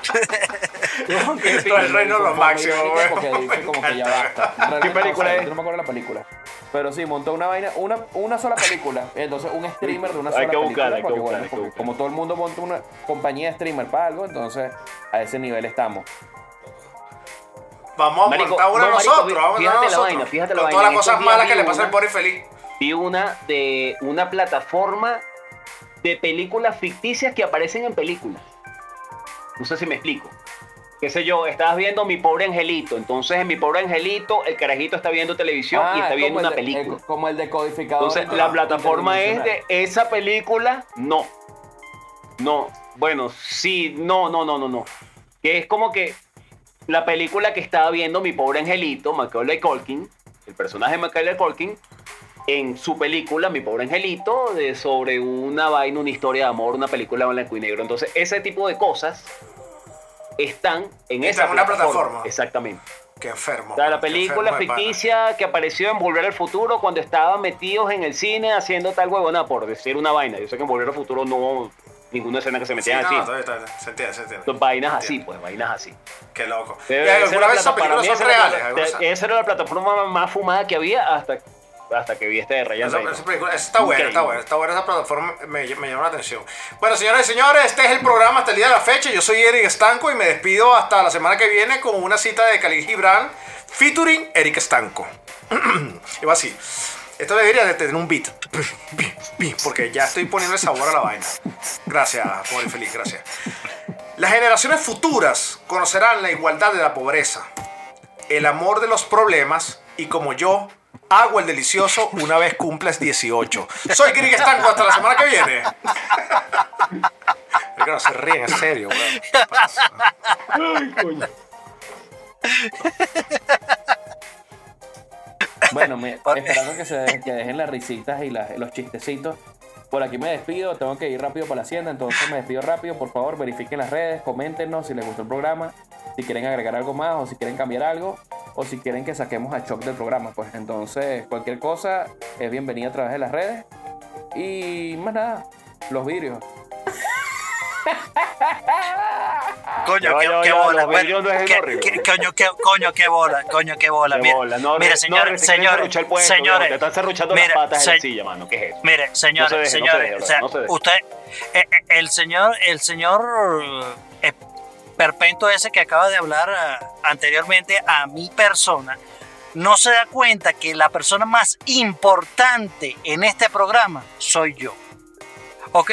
Esto es el reino de lo máximo, Porque güey. dice como que ya Me encanta. basta. Realmente, película o sea, es? yo no me acuerdo de la película. Pero sí, montó una vaina, una, una sola película. Entonces, un streamer de una Hay sola que película. buscarla, hay que porque, buscarla, bueno, hay que porque buscarla. como todo el mundo monta una compañía de streamer para algo, entonces a ese nivel estamos. Vamos a Marico, montar una no, marico, nosotros, vamos a fíjate montar la nosotros. vaina, fíjate la Con vaina. todas las En estos cosas días malas vi que le pasan al una- pobre infeliz. Vi una de una plataforma de películas ficticias que aparecen en películas. No sé si me explico. Qué sé yo, estabas viendo Mi Pobre Angelito. Entonces, en Mi Pobre Angelito, el carajito está viendo televisión Ah, y está es viendo como una el de- película. el- como el decodificador. Entonces, la ah, plataforma es de interdimensional. esa película, no. No, bueno, sí, no, no, no, no, no. Que es como que la película que estaba viendo Mi Pobre Angelito, Macaulay Culkin, el personaje de Macaulay Culkin, en su película, Mi Pobre Angelito, de sobre una vaina, una historia de amor, una película en blanco y negro. Entonces, ese tipo de cosas están en Está esa en una plataforma. Exactamente. Qué enfermo. O sea, la qué película enfermo de pana. ficticia que apareció en Volver al Futuro cuando estaban metidos en el cine haciendo tal huevona, por decir una vaina. Yo sé que en Volver al Futuro no hubo ninguna escena que se Sí, metían no, así. está bien, está bien. Se entiende, se entiende. Entonces, vainas así, Entiendo. pues, vainas así. Qué loco. ¿Y Debe- esa alguna era vez la esas plata- para películas mí son esa era la reales? plata- ¿Algunas- Esa era la plataforma más fumada que había hasta, hasta que vi este de Ryan Esa, Reynolds. esa película, esa está buena, Increíble. está buena, está buena esa plataforma, me, me llama la atención. Bueno, señoras y señores, este es el programa hasta el día de la fecha. Yo soy Eric Estanco y me despido hasta la semana que viene con una cita de Khalil Gibran featuring Eric Estanco. Y va así. Esto debería de tener un beat, porque ya estoy poniendo el sabor a la vaina. Gracias, pobre infeliz, gracias. Las generaciones futuras conocerán la igualdad de la pobreza, el amor de los problemas y como yo, hago el delicioso una vez cumples dieciocho. Soy Eric Estanco, hasta la semana que viene. Es que no se ríen, en serio, weón. ¿Qué pasa? Bueno, me- esperando que se dejen, que dejen las risitas y las- los chistecitos. Por aquí me despido, tengo que ir rápido para la hacienda, entonces me despido rápido. Por favor, verifiquen las redes, coméntenos si les gustó el programa, si quieren agregar algo más o si quieren cambiar algo o si quieren que saquemos a Choc del programa. Pues entonces, cualquier cosa es bienvenida a través de las redes. Y más nada, los vidrios. Coño, Ya, qué, ya, qué ya, bola. los Bueno, vidrios no es qué- horrible. qué- coño, qué, coño, qué bola, coño, qué bola. Qué Mira, bola, no, mira, no, señores, no, te quieren señores, serruchar el puesto, señores, te están serruchando mira, las patas se- en la silla, mano. ¿Qué es eso? mire, señores, No se deje, no se señores, deje, o sea, no se deje. usted, eh, eh, el señor, el señor eh, Perpento ese que acaba de hablar ah, anteriormente a mi persona, no se da cuenta que la persona más importante en este programa soy yo. Ok,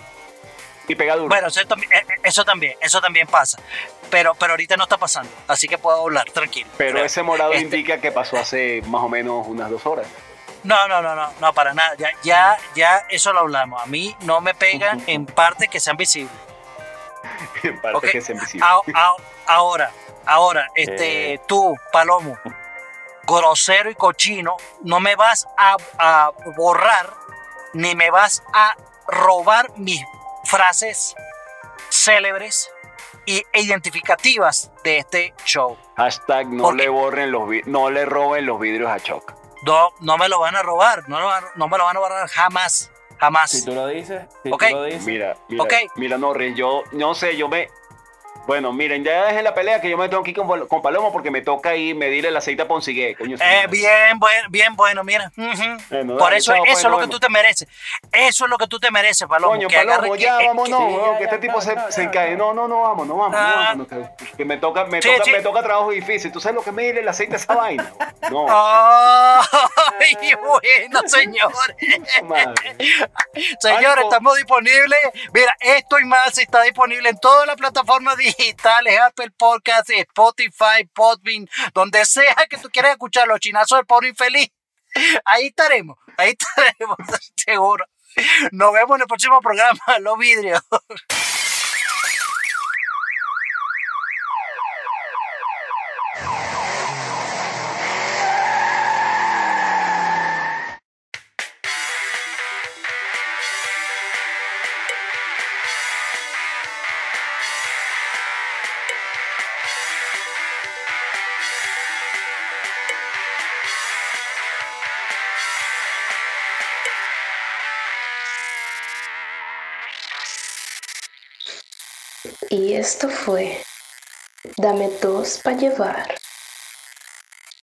Y pega duro. bueno, eso, también- eh, eh, eso también, eso también pasa. Pero, pero ahorita no está pasando, así que puedo hablar tranquilo. Pero ese morado Este- indica que pasó hace más o menos unas dos horas. No, no, no, no, no, para nada. Ya, ya, ya eso lo hablamos. A mí no me pegan en partes que sean visibles. Parece Ok. que es invisible. A- a- ahora, ahora, este, Eh. tú, Palomo, grosero y cochino, no me vas a, a borrar ni me vas a robar mis frases célebres y- e identificativas de este show. Hashtag no Porque- le borren los vi- no le roben los vidrios a Choc. No, no me lo van a robar, no, lo van- no me lo van a borrar jamás, jamás. Si tú lo dices, si Ok. tú lo dices. Mira, mira, Ok. mira, Norris, yo no sé, yo me. Bueno, miren, ya dejen la pelea que yo me tengo que ir con, Pal- con Palomo porque me toca ir medir el aceite a Ponsigué, coño. su Eh, madre. bien, bueno, bien bueno, mira. Ujú. Bueno, Por dale, eso, chao, pues, eso es lo nos que vemos. tú te mereces. Eso es lo que tú te mereces, Palomo. Coño, que Palomo, agarre- ya, que- que- vámonos, sí, weón, ya, que ya, este tipo no, se, no, se no. cae. No, no, no, vámonos, vámonos, Ah. vámonos, que, que me toca, me Sí, toca, sí. me toca trabajo difícil. ¿Tú sabes lo que es medir el aceite a esa vaina? No, Ay, bueno, señores. madre. Señores, Algo- estamos disponibles. Mira, esto y más está disponible en todas las plataformas digitales: Apple Podcasts, Spotify, Podbean, donde sea que tú quieras escuchar los chinazos del pobre infeliz. Ahí estaremos, ahí estaremos, seguro. Nos vemos en el próximo programa, Los Vidrios. Y esto fue Dame dos para llevar.